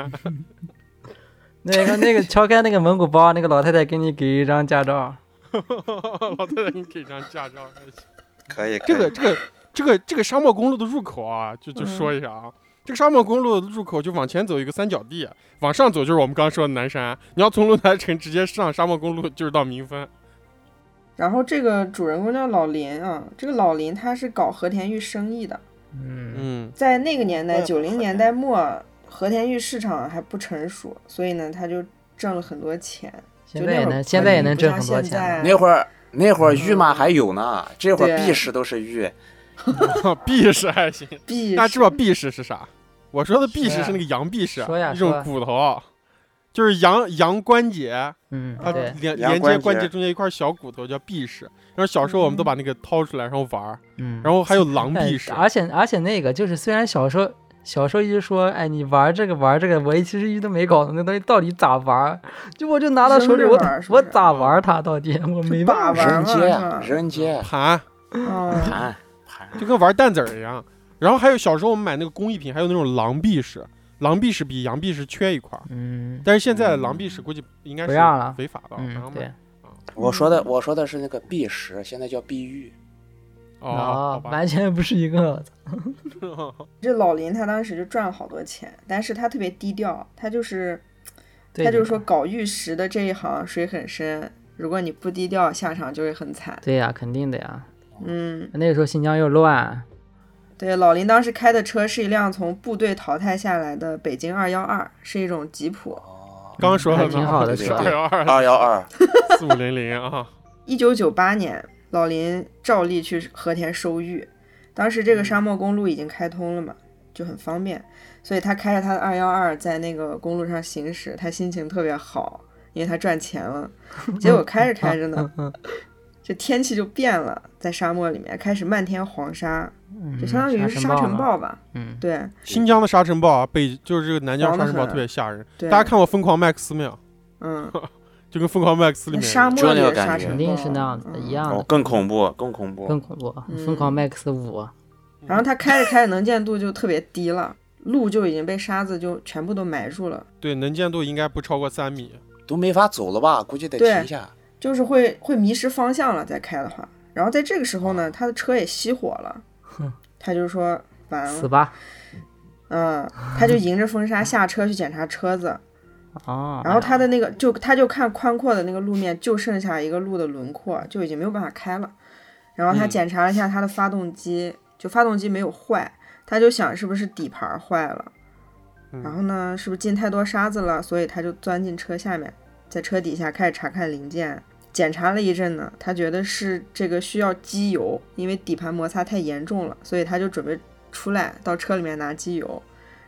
那个敲开那个蒙古包，那个老太太给你给一张驾照。 老太太给你给一张驾照。 可以。 这个沙漠公路的入口啊，就说一下啊，这个沙漠公路的入口就往前走一个三角地，往上走就是我们刚刚说的南山。你要从轮台城直接上沙漠公路，就是到民丰。 然后这个主人公叫老林啊，这个老林他是搞和田玉生意的。在那个年代，90年代末，和田玉市场还不成熟，所以呢，他就挣了很多钱。 现在也能挣很多钱。 那会儿玉嘛还有呢，这会儿币石都是玉。 币石还行。大家知道币石是啥？我说的币石是那个羊臂石，一种骨头。就是羊关节，它连接关节中间一块小骨头叫臂石。然后小时候我们都把那个掏出来然后玩，然后还有狼臂石。 而且那个就是虽然小时候一直说，你玩这个，我其实一直都没搞懂那东西到底咋玩，我就拿到手里我咋玩它到底我没办法。 人接盘，就跟玩蛋子一样。然后还有小时候我们买那个工艺品，还有那种狼臂石。狼臂石比羊臂石缺一块，但是现在狼臂石估计应该是违法的。 对， 我说的是那个璧石，现在叫碧玉。 完全不是一个。 这老林他当时就赚了好多钱，但是他特别低调，他就是说搞玉石的这一行水很深，如果你不低调，下场就会很惨。 对呀，肯定的呀。那个时候新疆又乱。 对，老林当时开的车是一辆从部队淘汰下来的北京212，是一种吉普。 刚说了挺好的车 ，212 4500啊。 1998年，老林照例去和田收玉，当时这个沙漠公路已经开通了嘛，就很方便，所以他开着他的212在那个公路上行驶，他心情特别好，因为他赚钱了。结果开着呢，这天气就变了，在沙漠里面开始漫天黄沙。就相当于是沙尘暴吧。对， 新疆的沙尘暴啊，就是这个南疆沙尘暴特别吓人。大家看过《疯狂麦克斯》没有？就跟《疯狂麦克斯》里面沙漠里的沙尘暴肯定是那样子的，一样的。 更恐怖。 疯狂麦克斯5。 然后他开着能见度就特别低了，路就已经被沙子就全部都埋住了。 对，能见度应该不超过3米， 都没法走了吧？估计得停下。 就是会迷失方向了，再开的话。然后在这个时候呢，他的车也熄火了。他就说完了， 死吧。 他就迎着风沙下车去检查车子。然后他的那个他就看宽阔的那个路面就剩下一个路的轮廓，就已经没有办法开了。然后他检查了一下他的发动机，就发动机没有坏，他就想是不是底盘坏了。然后呢，是不是进太多沙子了？所以他就钻进车下面，在车底下开始查看零件。检查了一阵呢，他觉得是这个需要机油，因为底盘摩擦太严重了，所以他就准备出来到车里面拿机油。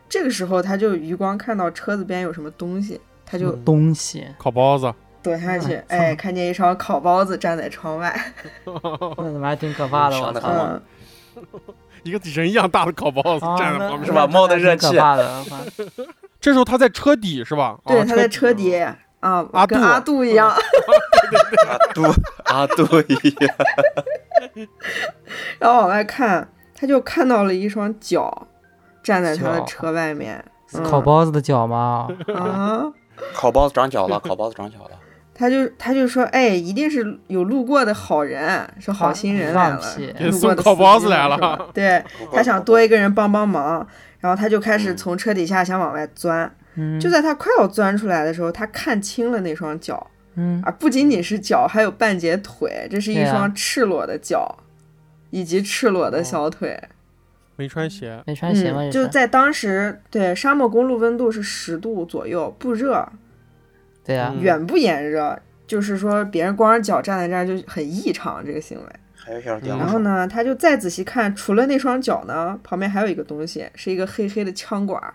这个时候他就余光看到车子边有什么东西，他就东西烤包子躲下去，看见一双烤包子站在窗外， 那怎么还挺可怕的？ 一个人一样大的烤包子站在旁边， 是吧？冒的热气。 这时候他在车底是吧？ 对，他在车底啊，跟阿杜一样。 阿杜一样。 然后往外看，他就看到了一双脚站在他的车外面。 烤包子的脚吗？ 啊！ 烤包子长脚了，烤包子长脚了。 他就说，一定是有路过的好人，是好心人来了， 送烤包子来了。 对，他想多一个人帮帮忙，然后他就开始从车底下想往外钻。就在他快要钻出来的时候，他看清了那双脚，而不仅仅是脚，还有半截腿，这是一双赤裸的脚，以及赤裸的小腿。 没穿鞋， 没穿鞋吗？ 就在当时，对，沙漠公路温度是10度左右，不热。 对啊， 远不炎热，就是说别人光着脚站在这儿就很异常这个行为。 还有小然后呢，他就再仔细看，除了那双脚呢，旁边还有一个东西，是一个黑黑的枪管。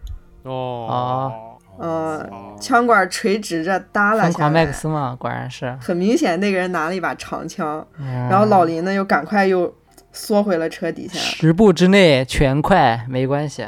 枪管垂直着耷拉下来。 疯狂麦克斯嘛，果然是。 很明显，那个人拿了一把长枪，然后老林呢又赶快又缩回了车底下。 10步之内全快，没关系。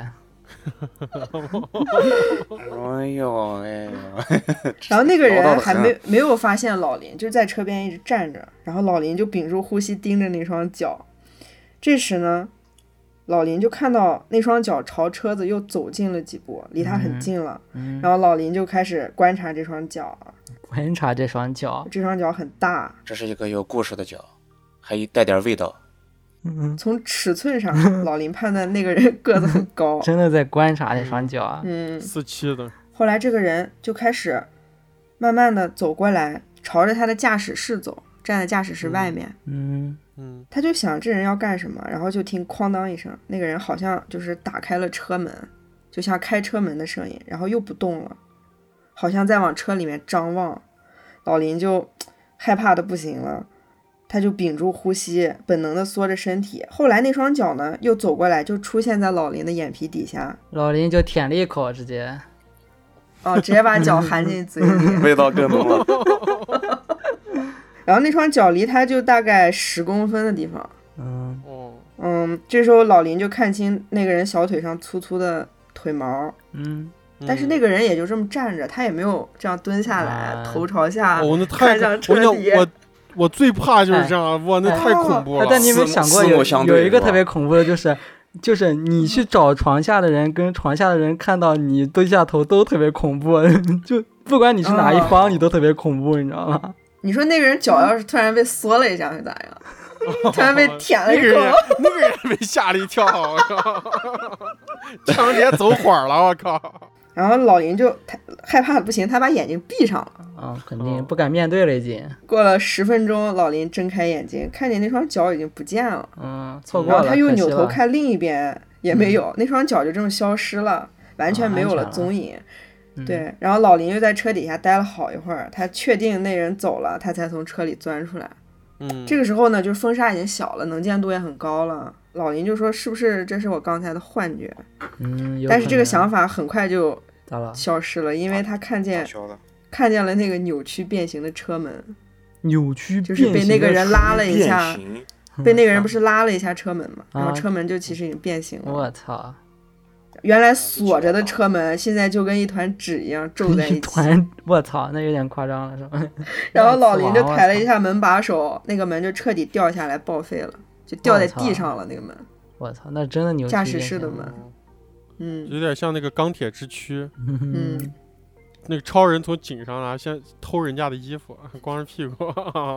哎呦！ 然后那个人还没有发现老林，就在车边一直站着。然后老林就屏住呼吸盯着那双脚。这时呢，老林就看到那双脚朝车子又走近了几步，离他很近了。然后老林就开始观察这双脚。 观察这双脚， 这双脚很大， 这是一个有故事的脚，还带点味道。 从尺寸上，老林判断那个人个子很高， 真的在观察那双脚啊。 47的。 后来这个人就开始慢慢的走过来，朝着他的驾驶室走，站在驾驶室外面。他就想这人要干什么，然后就听哐当一声，那个人好像就是打开了车门，就像开车门的声音，然后又不动了，好像在往车里面张望。老林就害怕的不行了。他就屏住呼吸，本能的缩着身体。后来那双脚呢，又走过来，就出现在老林的眼皮底下。 老林就舔了一口，直接把脚含进嘴里， 味道更浓了。 然后那双脚离他就大概10公分的地方。这时候老林就看清那个人小腿上粗粗的腿毛。但是那个人也就这么站着，他也没有这样蹲下来，头朝下看向车底。 我最怕就是这样，哇，那太恐怖了。 但你有没有想过有一个特别恐怖的，就是你去找床下的人，跟床下的人看到你蹲下头都特别恐怖，就不管你是哪一方，你都特别恐怖，你知道吗？ 你说那个人脚要是突然被缩了一下会咋样？突然被舔了一口， 那个人被吓了一跳，我靠，枪直接走火了，我靠。 然后老林就害怕的不行，他把眼睛闭上了。 肯定不敢面对了已经。 过了10分钟，老林睁开眼睛，看见那双脚已经不见了。 错过了。 然后他又扭头看另一边，也没有，那双脚就这么消失了，完全没有了踪影。对，然后老林又在车底下待了好一会儿，他确定那人走了，他才从车里钻出来。这个时候呢，就是风沙已经小了，能见度也很高了。老林就说：“是不是这是我刚才的幻觉？”但是这个想法很快就消失了，因为他看见了那个扭曲变形的车门。 扭曲就是被那个人拉了一下，被那个人不是拉了一下车门嘛，然后车门就其实已经变形了。 我操！ 原来锁着的车门现在就跟一团纸一样皱在一起。 我操，那有点夸张了是吧？ 然后老林就抬了一下门把手，那个门就彻底掉下来报废了，就掉在地上了那个门。 我操，那真的扭曲。 驾驶室的门， 有点像那个钢铁之躯。那个超人从井上啊，先偷人家的衣服，光着屁股，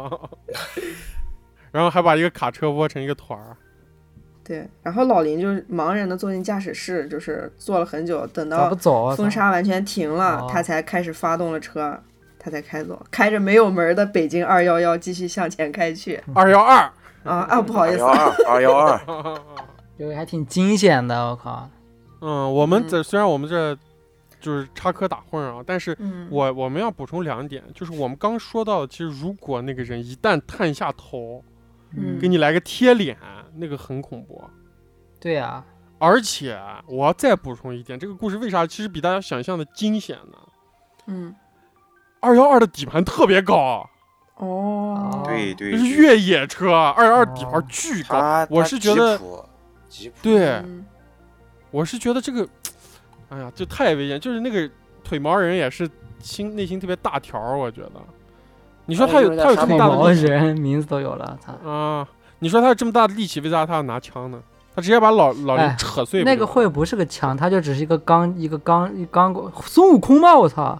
然后还把一个卡车窝成一个团儿。 对，然后老林就茫然的坐进驾驶室，就是坐了很久，等到风沙完全停了，他才开始发动了车，他才开走，开着没有门的北京211继续向前开去。 212 不好意思 ，212， 这个还挺惊险的，我靠。 我们虽然我们这就是插科打诨啊，但是我们要补充2点，就是我们刚说到的，其实如果那个人一旦探下头，给你来个贴脸，那个很恐怖。 对啊， 而且我要再补充一点，这个故事为啥其实比大家想象的惊险呢？212的底盘特别高。 对， 就是越野车，212底盘巨高。我是觉得，对，我是觉得这个，哎呀，就太危险。就是那个腿毛人也是内心特别大条，我觉得。你说他有这么大的力气， 名字都有了， 啊！你说他有这么大的力气，为啥他要拿枪呢？他直接把老林扯碎。 那个会不是个枪，他就只是一个钢孙悟空吧？我操！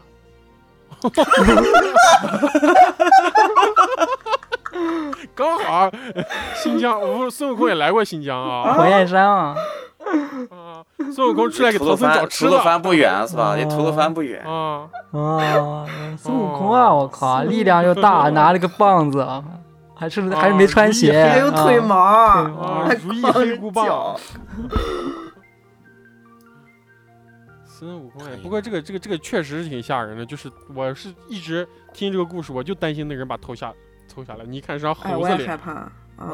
刚好新疆，孙悟空也来过新疆啊， 火焰山啊。 孙悟空出来给唐僧找吃的。 吐鲁番不远是吧？离吐鲁番不远。 孙悟空啊！我靠，力量又大，拿了个棒子，还是没穿鞋， 还有腿毛， 如意黑箍棒。孙悟空哎，不过这个确实是挺吓人的。就是我是一直听这个故事，我就担心那个人把头抽下来。你一看是张猴子脸， 我也害怕。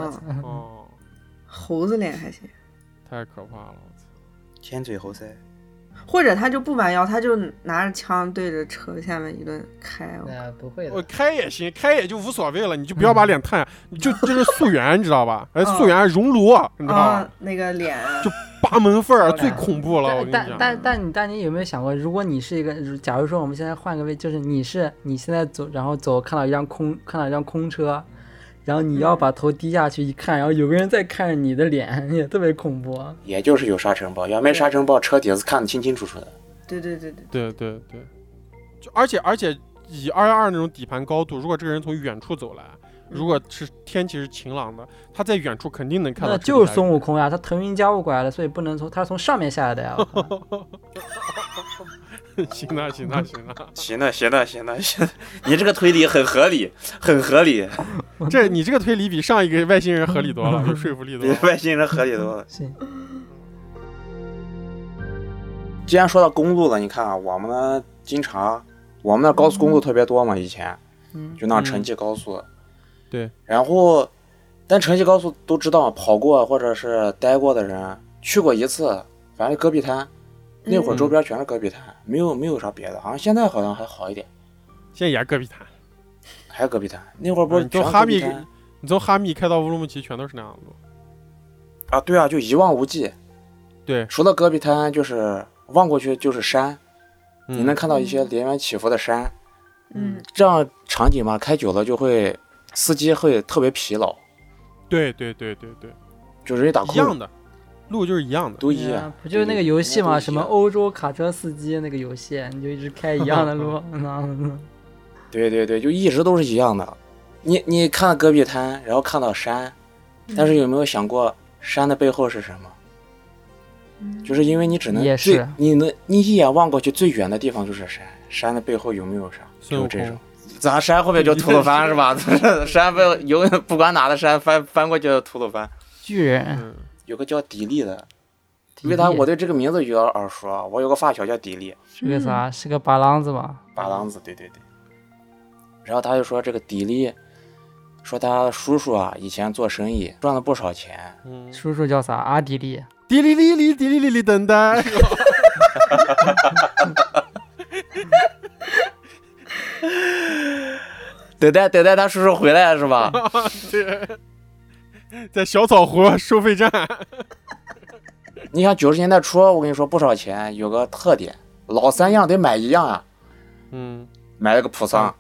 猴子脸还行。 太可怕了，我操！ 尖嘴猴腮。 或者他就不弯腰，他就拿着枪对着车下面一顿开。 不会的。 我开也行，开也就无所谓了，你就不要把脸探，你就是溯源，你知道吧？溯源熔炉，你知道吧？ 那个脸就扒门缝儿，最恐怖了。我跟你讲。但你有没有想过，如果你是一个，假如说我们现在换个位，就是你现在走，看到一辆空车。然后你要把头低下去一看，然后有个人在看着你的脸，也特别恐怖。 也就是有沙尘暴，要没沙尘暴，车底子看得清清楚楚的。 对，就而且以212那种底盘高度，如果这个人从远处走来，如果是天气是晴朗的，他在远处肯定能看到。 那就是孙悟空呀，他腾云驾雾过来的，所以不能他从上面下来的呀。 行了， 你这个推理很合理。 你这个推理比上一个外星人合理多了，有说服力多了。 比外星人合理多了。既然说到公路了，你看啊，我们那高速公路特别多嘛，以前，就那城际高速。 对。 然后，但城际高速都知道，跑过或者是待过的人，去过一次，反正戈壁滩。那会儿周边全是戈壁滩，没有啥别的，好像现在还好一点。 现在也是戈壁滩， 还是戈壁滩。那会儿不是你从哈密开到乌鲁木齐全都是那样的路啊？对啊，就一望无际。 对， 除了戈壁滩，就是望过去就是山，你能看到一些连绵起伏的山。这样场景嘛，开久了司机会特别疲劳。 对， 就是一打一样的。路就是一样的， 都一样， 不就是那个游戏吗？什么欧洲卡车司机那个游戏，你就一直开一样的路。 对，就一直都是一样的。你看到戈壁滩，然后看到山，但是有没有想过山的背后是什么？就是因为你只能你一眼望过去最远的地方就是山，山的背后有没有啥？就这种。咱山后面就吐鲁番是吧？山背有不管哪的山翻过去就吐鲁番。 巨人。 有个叫砥砺的，因为我对这个名字有点耳熟啊。我有个发小叫砥砺， 是个啥？是个八郎子吧？ 八郎子，对。然后他就说这个砥砺，说他叔叔啊以前做生意赚了不少钱。 叔叔叫啥？阿砥砺。 砥砺等待。 等待他叔叔回来是吧？ 对。在小草湖收费站。 你想90年代初，我跟你说不少钱，有个特点，老三样得买一样啊。买了个普桑。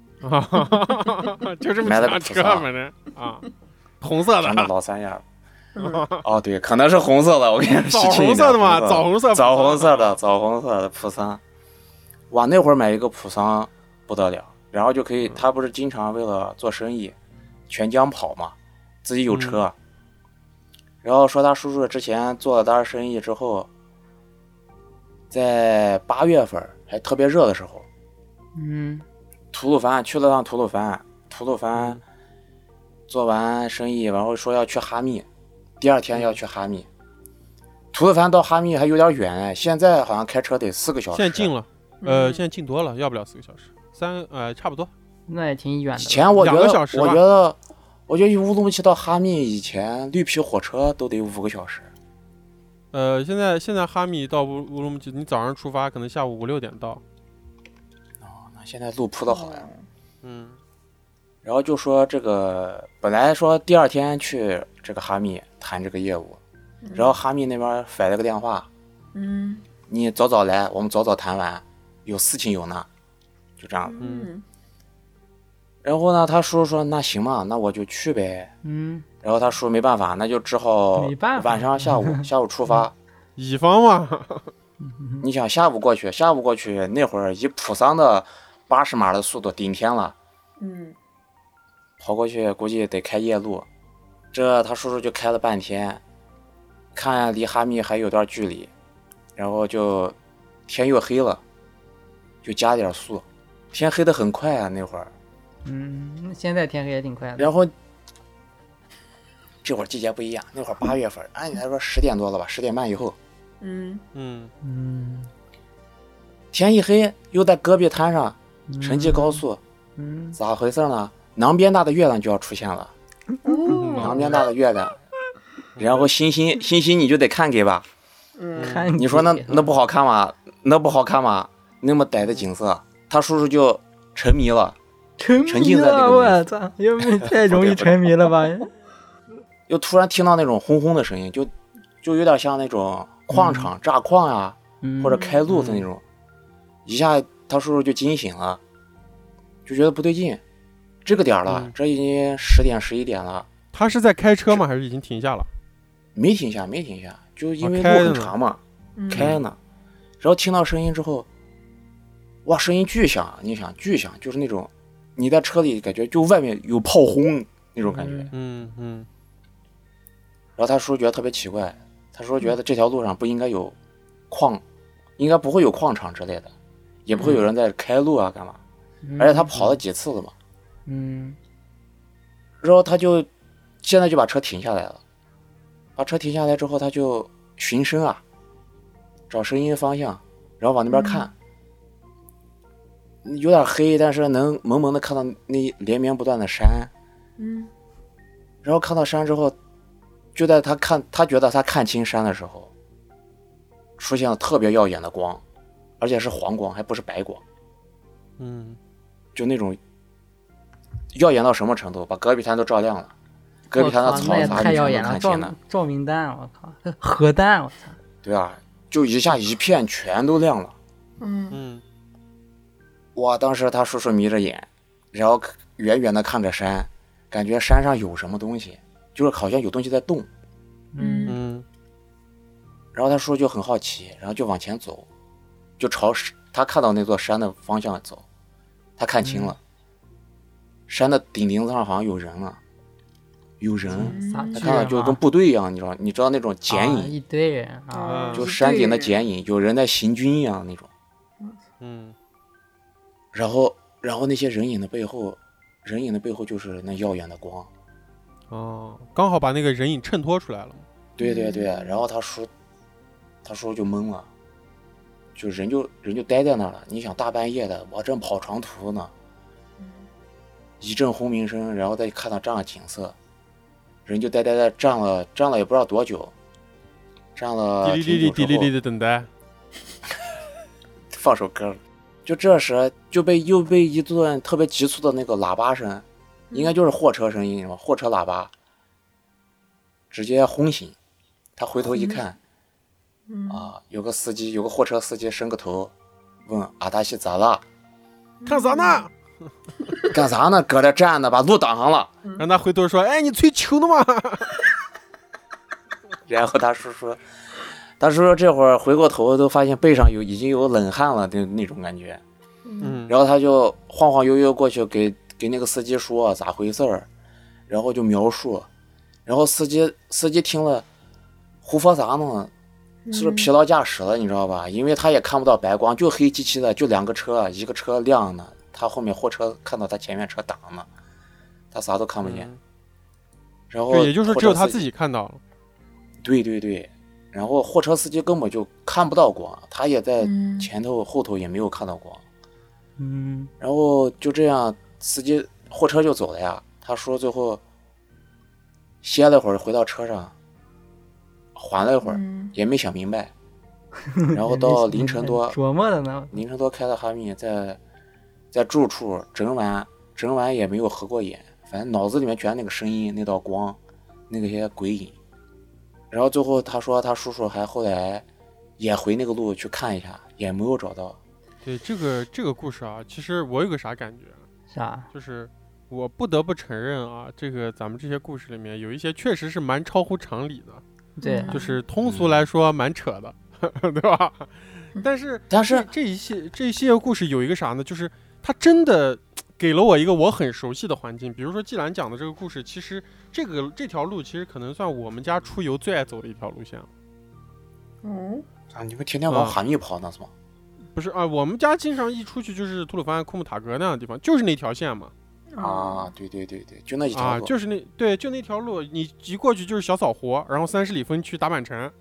就这么买了个车反正啊，红色的。 真的老三样。哦，对，可能是红色的，我跟你说。 枣红色的嘛，枣红色的普桑。哇，那会儿买一个普桑不得了，然后就可以，他不是经常为了做生意，全疆跑嘛。自己有车，然后说他叔叔之前做了单生意之后，在8月份还特别热的时候，吐鲁番去了趟吐鲁番做完生意，然后说要去哈密，第2天要去哈密。吐鲁番到哈密还有点远哎，现在好像开车得4个小时。 现在近了，现在近多了，要不了4个小时，差不多。 那也挺远的。 以前我觉得 2个小时乌鲁木齐到哈密以前绿皮火车都得5个小时。 现在哈密到乌鲁木齐，你早上出发，可能下午5、6点到。 哦，那现在路铺的好呀。然后就说这个本来说第2天去这个哈密谈这个业务，然后哈密那边甩了个电话，你早早来，我们早早谈完，有事情有呢，就这样。然后呢，他叔说那行嘛，那我就去呗。然后他叔没办法，那就只好晚上下午出发。 乙方嘛， 你想下午过去那会儿以普桑的80码的速度顶天了。跑过去估计得开夜路，这他叔叔就开了半天，看离哈密还有段距离，然后就天又黑了，就加点速，天黑的很快啊那会儿。 现在天黑也挺快的。 然后这会儿季节不一样，那会儿8月份，按理来说10点多了吧，10点半以后。天一黑，又在戈壁滩上，城际高速，咋回事呢？南边大的月亮就要出现了，南边大的月亮，然后星星你就得看给吧，你说那不好看吗？那么歹的景色，他叔叔就沉迷了，沉浸在这个。 我操，有没有太容易沉迷了吧？ 又突然听到那种轰轰的声音，就有点像那种矿场炸矿呀，或者开路的那种，一下他叔叔就惊醒了，就觉得不对劲。这个点了，这已经10点11点了。 他是在开车吗？还是已经停下了？ 没停下，就因为路很长嘛，开呢。然后听到声音之后，哇，声音巨响，你想巨响，就是那种你在车里感觉就外面有炮轰那种感觉。然后他叔觉得特别奇怪，他说觉得这条路上不应该有矿，应该不会有矿场之类的，也不会有人在开路啊干嘛。而且他跑了几次了嘛。然后他就现在就把车停下来了，把车停下来之后，他就寻声啊，找声音方向，然后往那边看，有点黑，但是能蒙蒙的看到那连绵不断的山。然后看到山之后，就在他觉得他看清山的时候，出现了特别耀眼的光，而且是黄光，还不是白光。就那种耀眼到什么程度，把戈壁滩都照亮了，戈壁滩的草啥太耀眼了， 照明弹，我靠，核弹，我操！ 对啊，就一下一片全都亮了。哇！当时他叔叔眯着眼，然后远远的看着山，感觉山上有什么东西，就是好像有东西在动。然后他叔叔就很好奇，然后就往前走，就朝他看到那座山的方向走。他看清了，山的顶子上好像有人了，他看到就跟部队一样，你知道那种剪影， 一堆人啊， 就山顶的剪影，有人在行军一样那种。然后那些人影的背后就是那耀眼的光。 刚好把那个人影衬托出来了。 对，然后他叔就懵了。就人就待在那儿了，你想大半夜的，我正跑长途呢，一阵轰鸣声，然后再看到这样的景色，人就呆站了也不知道多久，站了滴哩的等待， 放首歌，就这时又被一顿特别急促的那个喇叭声，应该就是货车声音，货车喇叭，直接轰醒，他回头一看。有个货车司机伸个头，问阿达西咋了？ 干啥呢？ 干啥呢？搁这站呢，把路挡上了。 让他回头说：“哎，你吹球呢吗？” 然后他叔叔这会儿回过头，都发现背上已经有冷汗了的那种感觉。然后他就晃晃悠悠过去给那个司机说咋回事儿，然后就描述，然后司机听了，胡说啥呢？是不是疲劳驾驶了，你知道吧？因为他也看不到白光，就黑漆漆的，就2个车，一个车亮呢，他后面货车看到他前面车挡呢，他啥都看不见。然后也就是只有他自己看到了。 对，然后货车司机根本就看不到光，他也在前头后头也没有看到光。然后就这样，货车就走了呀。他说最后歇了会儿，回到车上。 缓了一会儿，也没想明白。然后到凌晨多琢磨的呢， 凌晨多开了哈密，在住处整晚也没有合过眼，反正脑子里面全是那个声音、那道光、那个些鬼影。然后最后他说他叔叔还后来也回那个路去看一下，也没有找到。 对这个故事啊，其实我有个啥感觉？ 啥？ 就是我不得不承认啊，这个咱们这些故事里面有一些确实是蛮超乎常理的。 对， 就是通俗来说蛮扯的，对吧？但是这一系列故事有一个啥呢？就是它真的给了我一个我很熟悉的环境。比如说季兰讲的这个故事，其实这条路其实可能算我们家出游最爱走的一条路线。 你们天天往哈密跑那是吗？ 不是啊，我们家经常一出去就是吐鲁番、库木塔格那样的地方，就是那条线嘛。 对，就那几条路， 就是就那条路，你一过去就是小草湖，然后30里分区达坂城。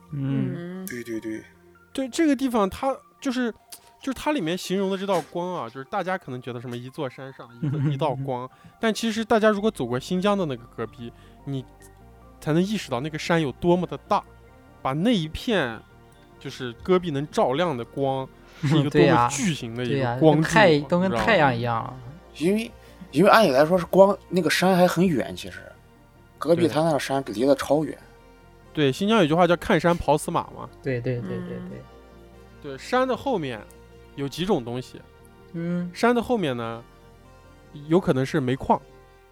对，这个地方它就是它里面形容的这道光啊，就是大家可能觉得什么一座山上一道光，但其实大家如果走过新疆的那个戈壁，你才能意识到那个山有多么的大，把那一片就是戈壁能照亮的光是一个多么巨型的一个光柱， 都跟太阳一样。 因为按理来说是光，那个山还很远，其实戈壁它那个山离得超远。 对，新疆有句话叫看山跑死马嘛。 对， 山的后面有几种东西。山的后面呢，有可能是煤矿。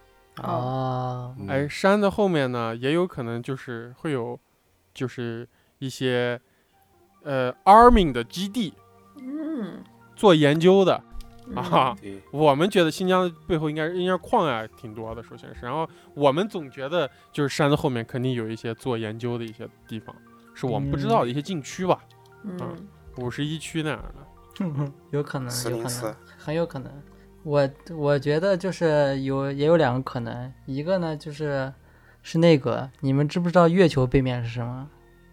山的后面呢，也有可能就是会有，就是一些arming 的基地，做研究的。我们觉得新疆背后应该矿呀挺多的，首先是，然后我们总觉得就是山的后面肯定有一些做研究的一些地方，是我们不知道的一些禁区吧，51区那样的， 有可能，很有可能。我觉得就是也有2个可能，一个呢是那个，你们知不知道月球背面是什么？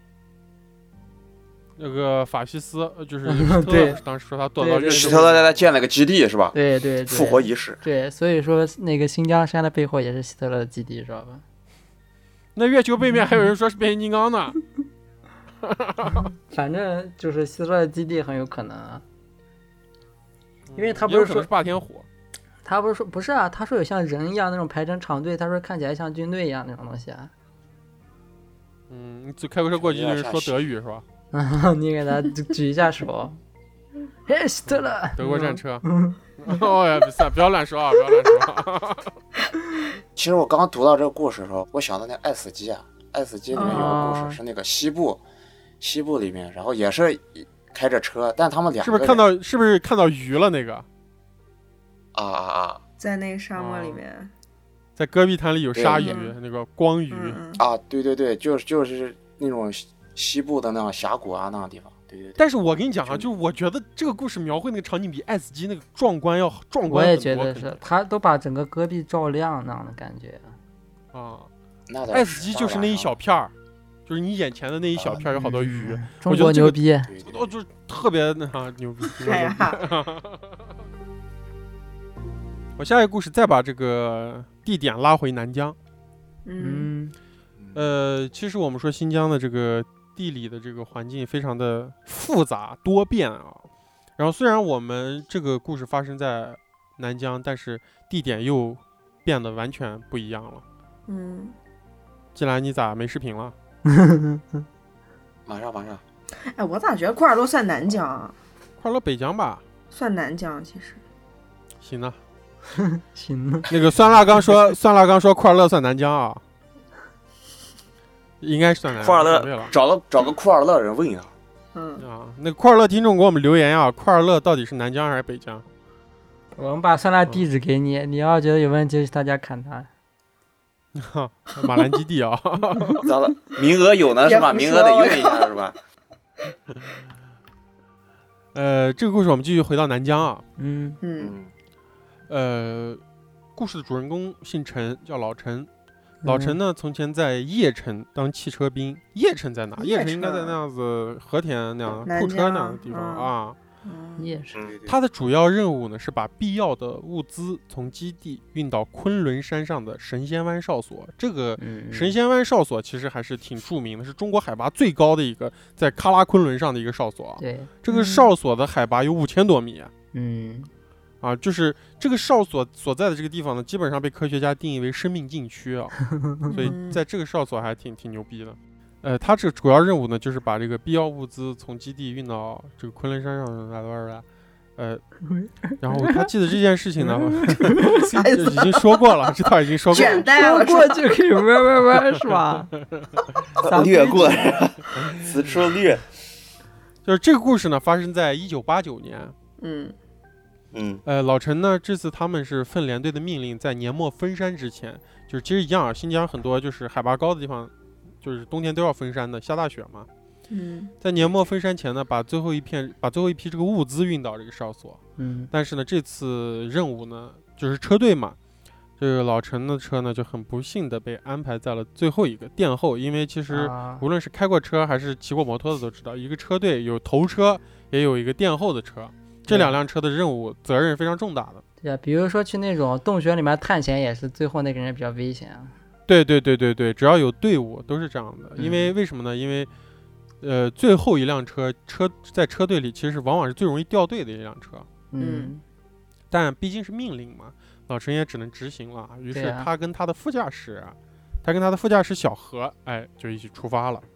那个法西斯就是对， 当时说他躲到月球， 希特勒在那建了个基地是吧？ 对， 复活仪式。 对，所以说那个新疆山的背后也是希特勒的基地，知道吧？ 那月球背面还有人说是变形金刚呢。 反正就是希特勒的基地很有可能啊，因为他不是说是霸天虎， 他不是啊，他说有像人一样那种排成长队，他说看起来像军队一样那种东西啊。 你就开个车过去就是说德语是吧？ 你给他举一下手，嘿，希特勒， 德国战车。哦呀，不要乱说啊，不要乱说。 其实我刚读到这个故事的时候，我想到那爱死机啊，爱死机里面有个故事，是那个西部里面，然后也是开着车，但他们两个是不是看到鱼了那个？ 在那个沙漠里面， 在戈壁滩里有鲨鱼，那个光鱼对，就是那种西部的那种峡谷啊那样地方。对。 但是我跟你讲啊，就是我觉得这个故事描绘那个场景比爱死机那个壮观很多。 我也觉得是，他都把整个戈壁照亮那样的感觉爱死机就是那一小片儿，就是你眼前的那一小片有好多鱼。 中国牛逼， 就是特别那啥牛逼。我下一个故事再把这个地点拉回南疆。其实我们说新疆的这个地理的这个环境非常的复杂多变啊。然后虽然我们这个故事发生在南疆，但是地点又变得完全不一样了。既然你咋没视频了？ 马上。 哎，我咋觉得库尔勒算南疆啊？ 库尔勒北疆吧？ 算南疆其实。 行啊。 行了， 那个酸辣刚说库尔勒算南疆啊，应该算南疆。 库尔勒找个库尔勒人问一下。 那个库尔勒听众给我们留言啊，库尔勒到底是南疆还是北疆？ 我们把酸辣地址给你，你要觉得有问题，大家砍他。 马兰基地啊， 咋了？名额有呢是吧？名额得用一下是吧？ 这个故事我们继续回到南疆啊。故事的主人公姓陈，叫老陈。老陈呢，从前在邺城当汽车兵。邺城在哪？邺城应该在那样子和田那样铺车那样的地方啊。 也是。 他的主要任务呢是把必要的物资从基地运到昆仑山上的神仙湾哨所。这个神仙湾哨所其实还是挺著名的，是中国海拔最高的一个在喀拉昆仑上的一个哨所。 对， 这个哨所的海拔有5000多米。就是这个哨所所在的这个地方呢，基本上被科学家定义为生命禁区啊，所以在这个哨所还挺牛逼的。他这个主要任务呢，就是把这个必要物资从基地运到这个昆仑山上来。然后他记得这件事情呢，已经说过了，这套已经说过了， 说过就可以玩是吧？ 略过，此处略。 就是这个故事呢，发生在1989年。老陈呢，这次他们是奉连队的命令，在年末封山之前，就是其实一样，新疆很多就是海拔高的地方，就是冬天都要封山的，下大雪嘛。在年末封山前呢，把最后一批这个物资运到这个哨所。但是呢，这次任务呢，就是车队嘛，这个老陈的车呢就很不幸的被安排在了最后一个殿后，因为其实无论是开过车还是骑过摩托的都知道，一个车队有头车，也有一个殿后的车，这2辆车的任务责任非常重大的。 对啊，比如说去那种洞穴里面探险，也是最后那个人比较危险啊。 对，只要有队伍都是这样的。因为为什么呢？因为最后一辆车在车队里其实往往是最容易掉队的一辆车。但毕竟是命令嘛，老陈也只能执行了。于是他跟他的副驾驶小何，就一起出发了。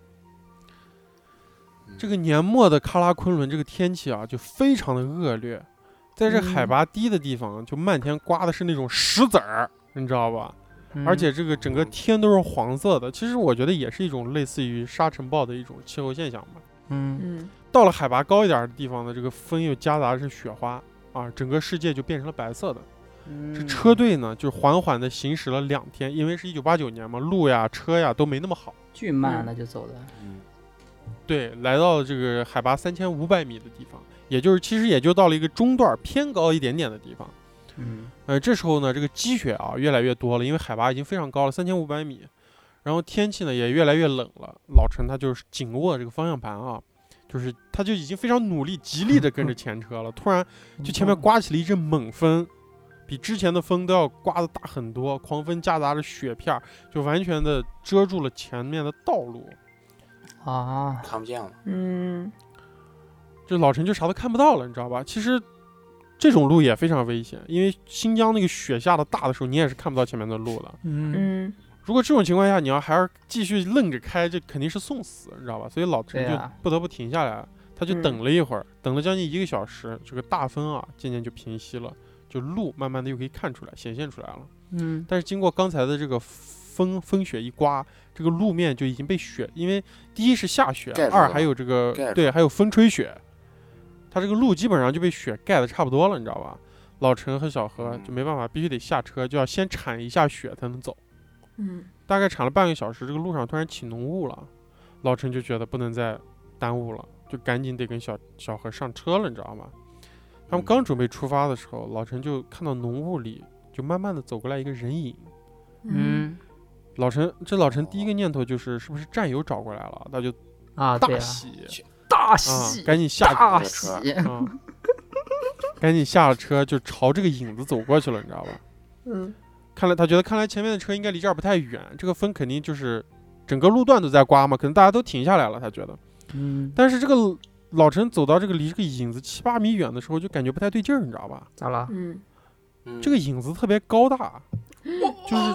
这个年末的喀拉昆仑这个天气啊，就非常的恶劣，在这海拔低的地方，就漫天刮的是那种石子儿，你知道吧？而且这个整个天都是黄色的。其实我觉得也是一种类似于沙尘暴的一种气候现象吧。到了海拔高一点的地方呢，这个风又夹杂着雪花啊，整个世界就变成了白色的。这车队呢就缓缓地行驶了2天，因为是1989年嘛，路呀车呀都没那么好， 巨慢的就走的。 对，来到了这个海拔3500米的地方，其实也就到了一个中段偏高一点点的地方。这时候呢，这个积雪啊越来越多了，因为海拔已经非常高了，3500米，然后天气呢也越来越冷了。老陈他就是紧握这个方向盘啊，就是他就已经非常努力极力的跟着前车了，突然就前面刮起了一阵猛风，比之前的风都要刮得大很多，狂风夹杂着雪片，就完全的遮住了前面的道路啊，看不见了。 这老陈就啥都看不到了，你知道吧？其实这种路也非常危险，因为新疆那个雪下的大的时候，你也是看不到前面的路的。如果这种情况下，你要还是继续愣着开，这肯定是送死，你知道吧？所以老陈就不得不停下来，他就等了一会儿，等了将近1个小时，这个大风啊渐渐就平息了，就路慢慢的又可以看出来，显现出来了。但是经过刚才的这个风雪一刮，这个路面就已经被雪，因为第一是下雪，二还有这个对，还有风吹雪，它这个路基本上就被雪盖的差不多了，你知道吧？老陈和小何就没办法，必须得下车，就要先铲一下雪才能走。大概铲了半个小时，这个路上突然起浓雾了，老陈就觉得不能再耽误了，就赶紧得跟小何上车了，你知道吗？他们刚准备出发的时候，老陈就看到浓雾里就慢慢的走过来一个人影。老陈第一个念头就是是不是战友找过来了，他就大喜，赶紧下车，赶紧下了车就朝这个影子走过去了，你知道吧？他觉得看来前面的车应该离这儿不太远，这个风肯定就是整个路段都在刮嘛，可能大家都停下来了，他觉得。但是这个老陈走到这个离这个影子7、8米远的时候，就感觉不太对劲儿，你知道吧？ 咋了？ 这个影子特别高大，就是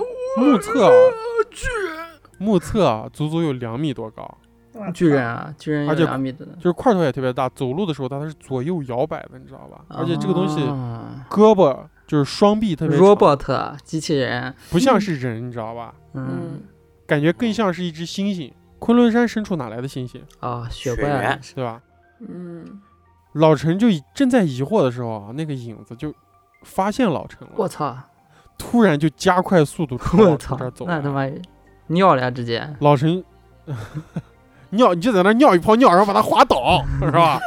目测足足有2米多高。 巨人啊，巨人有2米的， 就是块头也特别大，走路的时候它是左右摇摆的，你知道吧？而且这个东西胳膊就是双臂特别长 robot 机器人， 不像是人，你知道吧？感觉更像是一只猩猩。昆仑山深处哪来的猩猩啊？雪怪， 对吧？老陈就正在疑惑的时候啊，那个影子就发现老陈了。 我操！ 突然就加快速度朝老陈这儿走。 那他妈尿了呀，直接。 老陈尿，你就在那尿一泡尿，然后把它滑倒，是吧？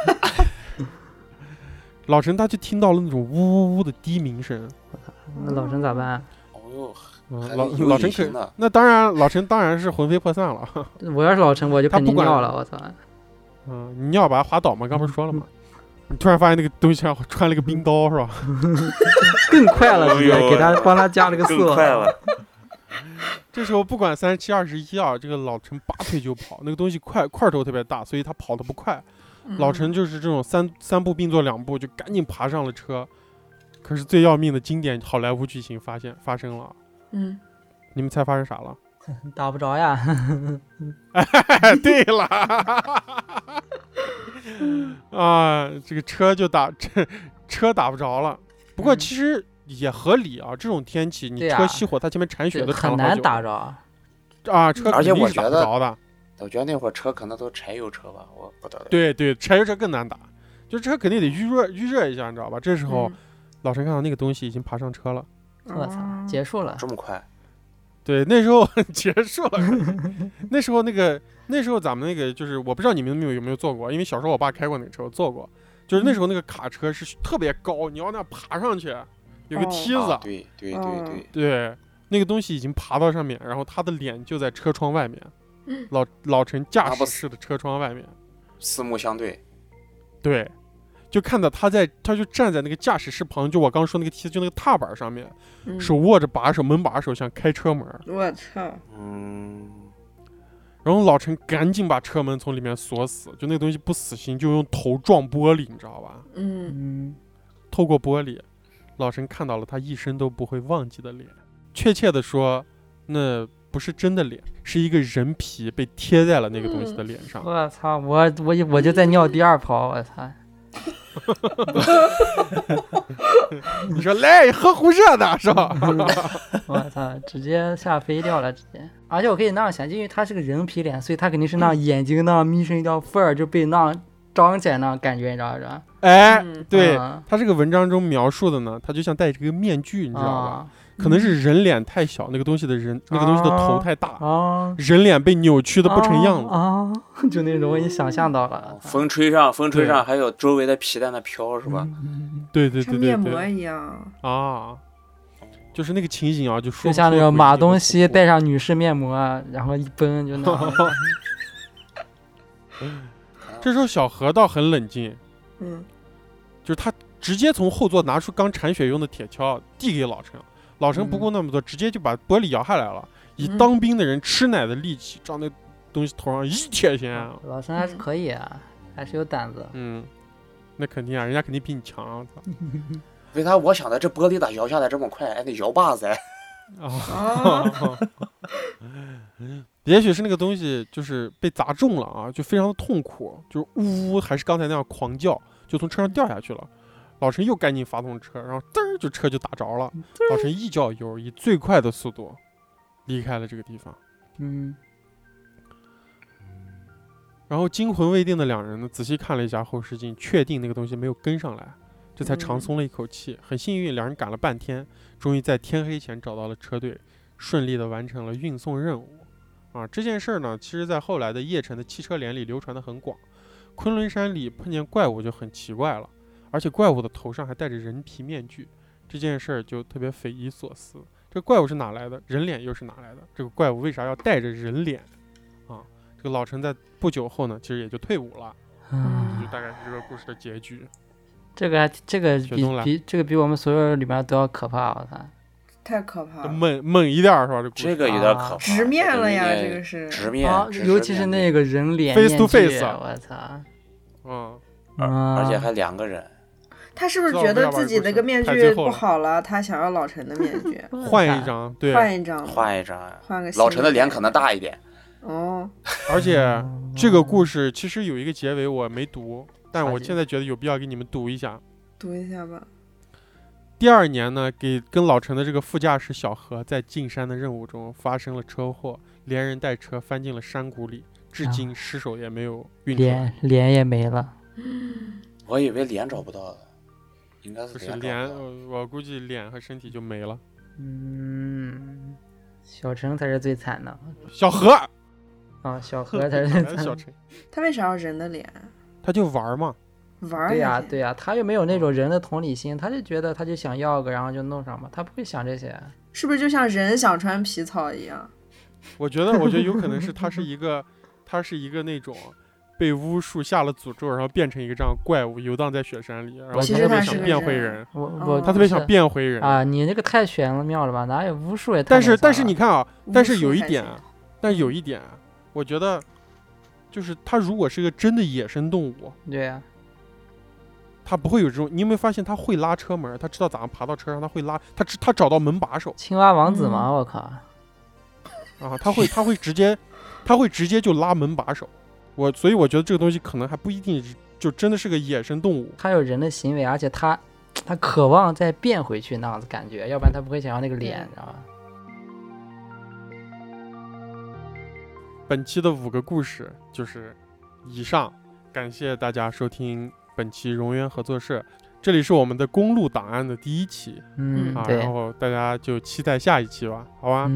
老陈他就听到了那种呜呜呜的低鸣声。 那老陈咋办？ 老陈那当然，老陈当然是魂飞魄散了。 我要是老陈，我就肯定尿了，我操！ 你尿把它滑倒吗？刚不是说了吗？ 你突然发现那个东西上穿了个冰刀是吧？ 更快了，直接给他帮他加了个色， 更快了。 这时候不管37、21啊，这个老陈拔腿就跑，那个东西块头特别大，所以他跑得不快。老陈就是这种三步并作两步，就赶紧爬上了车。可是最要命的经典好莱坞剧情发生了。你们猜发生啥了？ 打不着呀。 对了。啊，这个车打不着了。不过其实也合理啊，这种天气你车熄火，它前面铲雪都很难打着啊。车而且我觉得那会儿车可能都柴油车吧，我不知道。 对，柴油车更难打，就车肯定得预热一下，你知道吧？这时候老陈看到那个东西已经爬上车了， 我操，结束了， 这么快？ 对，那时候结束了。那时候咱们那个就是我不知道你们有没有坐过，因为小时候我爸开过那个车，我坐过。就是那时候那个卡车是特别高，你要那爬上去，有个梯子。对，那个东西已经爬到上面，然后他的脸就在车窗外面。老陈驾驶室的车窗外面， 四目相对。 对，就看到他就站在那个驾驶室旁，就我刚说那个梯子，就那个踏板上面，手握着门把手，像开车门。 我操！ 然后老陈赶紧把车门从里面锁死，就那个东西不死心，就用头撞玻璃，你知道吧？透过玻璃，老陈看到了他一生都不会忘记的脸。确切的说，那不是真的脸，是一个人皮被贴在了那个东西的脸上。 我操！我就在尿第二泡，我操！ 你说来喝壶热的是吧？ 我操，直接吓飞掉了，直接。而且我可以那样想，因为他是个人皮脸，所以他肯定是那样眼睛那样眯成一条缝儿，就被那样张起来那样感觉，你知道吧？ 哎，对，他这个文章中描述的呢，他就像戴着个面具，你知道吧？可能是人脸太小，那个东西的头太大，人脸被扭曲的不成样子就那种我已经想象到了。 风吹上，还有周围的皮在那飘，是吧？ 对， 像面膜一样啊，就是那个情景啊，就像那个马东锡带上女士面膜，然后一崩就那。 这时候小何倒很冷静，就是他直接从后座拿出刚铲雪用的铁锹递给老陈。老陈不顾那么多，直接就把玻璃摇下来了，以当兵的人吃奶的力气，照那东西头上一铁锨。 老陈还是可以啊，还是有胆子。 那肯定啊，人家肯定比你强啊！操！ 为啥我想的这玻璃咋摇下来这么快？还得摇把子也许是那个东西就是被砸中了啊，就非常的痛苦，就是呜，还是刚才那样狂叫，就从车上掉下去了。老陈又赶紧发动车，然后噔就车就打着了。老陈一脚油，以最快的速度离开了这个地方。然后惊魂未定的两人呢，仔细看了一下后视镜，确定那个东西没有跟上来，这才长松了一口气。很幸运，两人赶了半天，终于在天黑前找到了车队，顺利的完成了运送任务。这件事呢，其实在后来的邺城的汽车联里流传的很广。昆仑山里碰见怪物就很奇怪了。而且怪物的头上还戴着人皮面具，这件事就特别匪夷所思。这个怪物是哪来的？人脸又是哪来的？这个怪物为啥要带着人脸？这个老陈在不久后呢，其实也就退伍了。就大概是这个故事的结局。 这个比我们所有里面都要可怕，我操！ 太可怕了， 猛一点是吧？ 这个有点可怕， 直面了呀，这个是直面， 尤其是那个人脸 face to face， 我操！ 而且还两个人。 他是不是觉得自己那个面具不好了？他想要老陈的面具， 换一张，对， 换一张， 换个老陈的脸可能大一点。 而且这个故事其实有一个结尾我没读，但我现在觉得有必要给你们读一下。 读一下吧。 第二年呢，跟老陈的这个副驾驶小何在进山的任务中发生了车祸，连人带车翻进了山谷里，至今尸首也没有运出来， 脸也没了。 我以为脸找不到了。应该是脸，我估计脸和身体就没了。 小陈才是最惨的。 小何小何才是最惨的。 小陈， 他为啥要人的脸？ 他就玩嘛。 玩。 对呀，他又没有那种人的同理心，他就觉得他就想要个，然后就弄上嘛，他不会想这些。 是不是就像人想穿皮草一样？ 我觉得有可能是他是一个那种。 被巫术下了诅咒，然后变成一个这样怪物游荡在雪山里，然后他特别想变回人。他特别想变回人啊！你那个太玄了妙了吧？哪有巫术也太…… 但是你看啊，但是有一点，我觉得就是他如果是个真的野生动物， 对呀。 他不会有这种，你有没有发现他会拉车门？他知道咋样爬到车上，他会拉，他找到门把手。 青蛙王子吗？我靠！ 啊，他会直接就拉门把手。所以我觉得这个东西可能还不一定就真的是个野生动物。 他有人的行为，而且他渴望再变回去那样子感觉，要不然他不会想要那个脸，知道吧？ 本期的5个故事就是以上，感谢大家收听本期荣源合作社，这里是我们的公路档案的第1期，然后大家就期待下一期吧，好吧？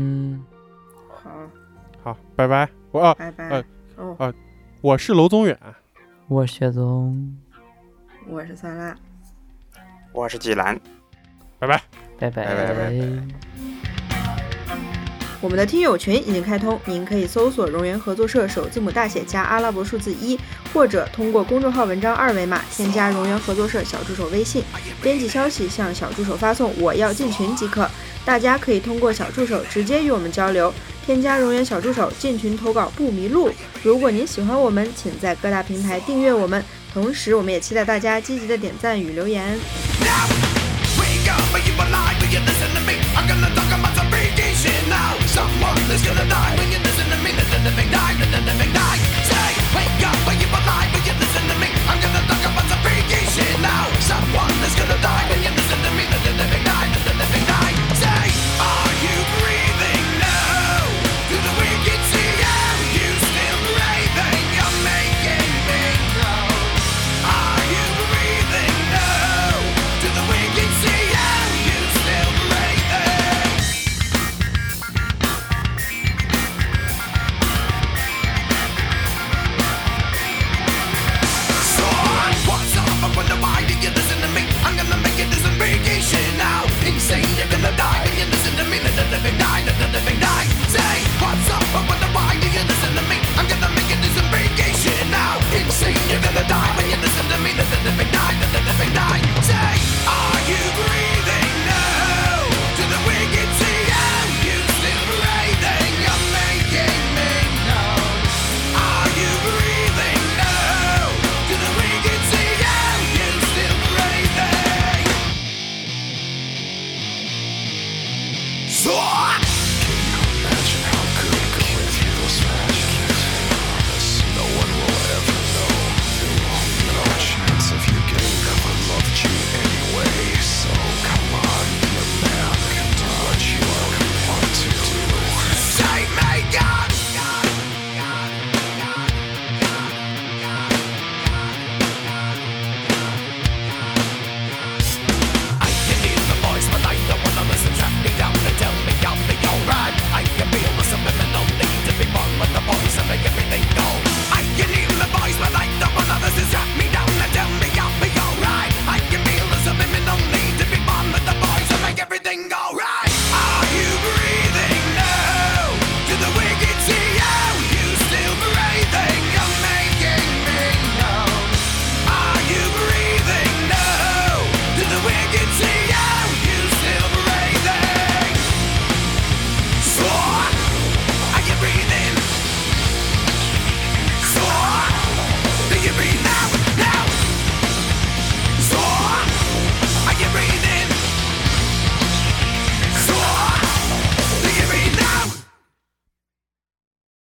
好，拜拜。 拜拜。 我是娄宗远， 我是雪宗， 我是酸辣， 我是季兰， 拜拜， 拜拜。 我们的听友群已经开通，您可以搜索荣源合作社首字母大写加阿拉伯数字1，或者通过公众号文章2维码添加荣源合作社小助手微信，编辑消息向小助手发送我要进群即可。大家可以通过小助手直接与我们交流，添加荣源小助手进群投稿不迷路。如果您喜欢我们，请在各大平台订阅我们，同时我们也期待大家积极的点赞与留言。Someone is gonna die when you listen to me, the living die.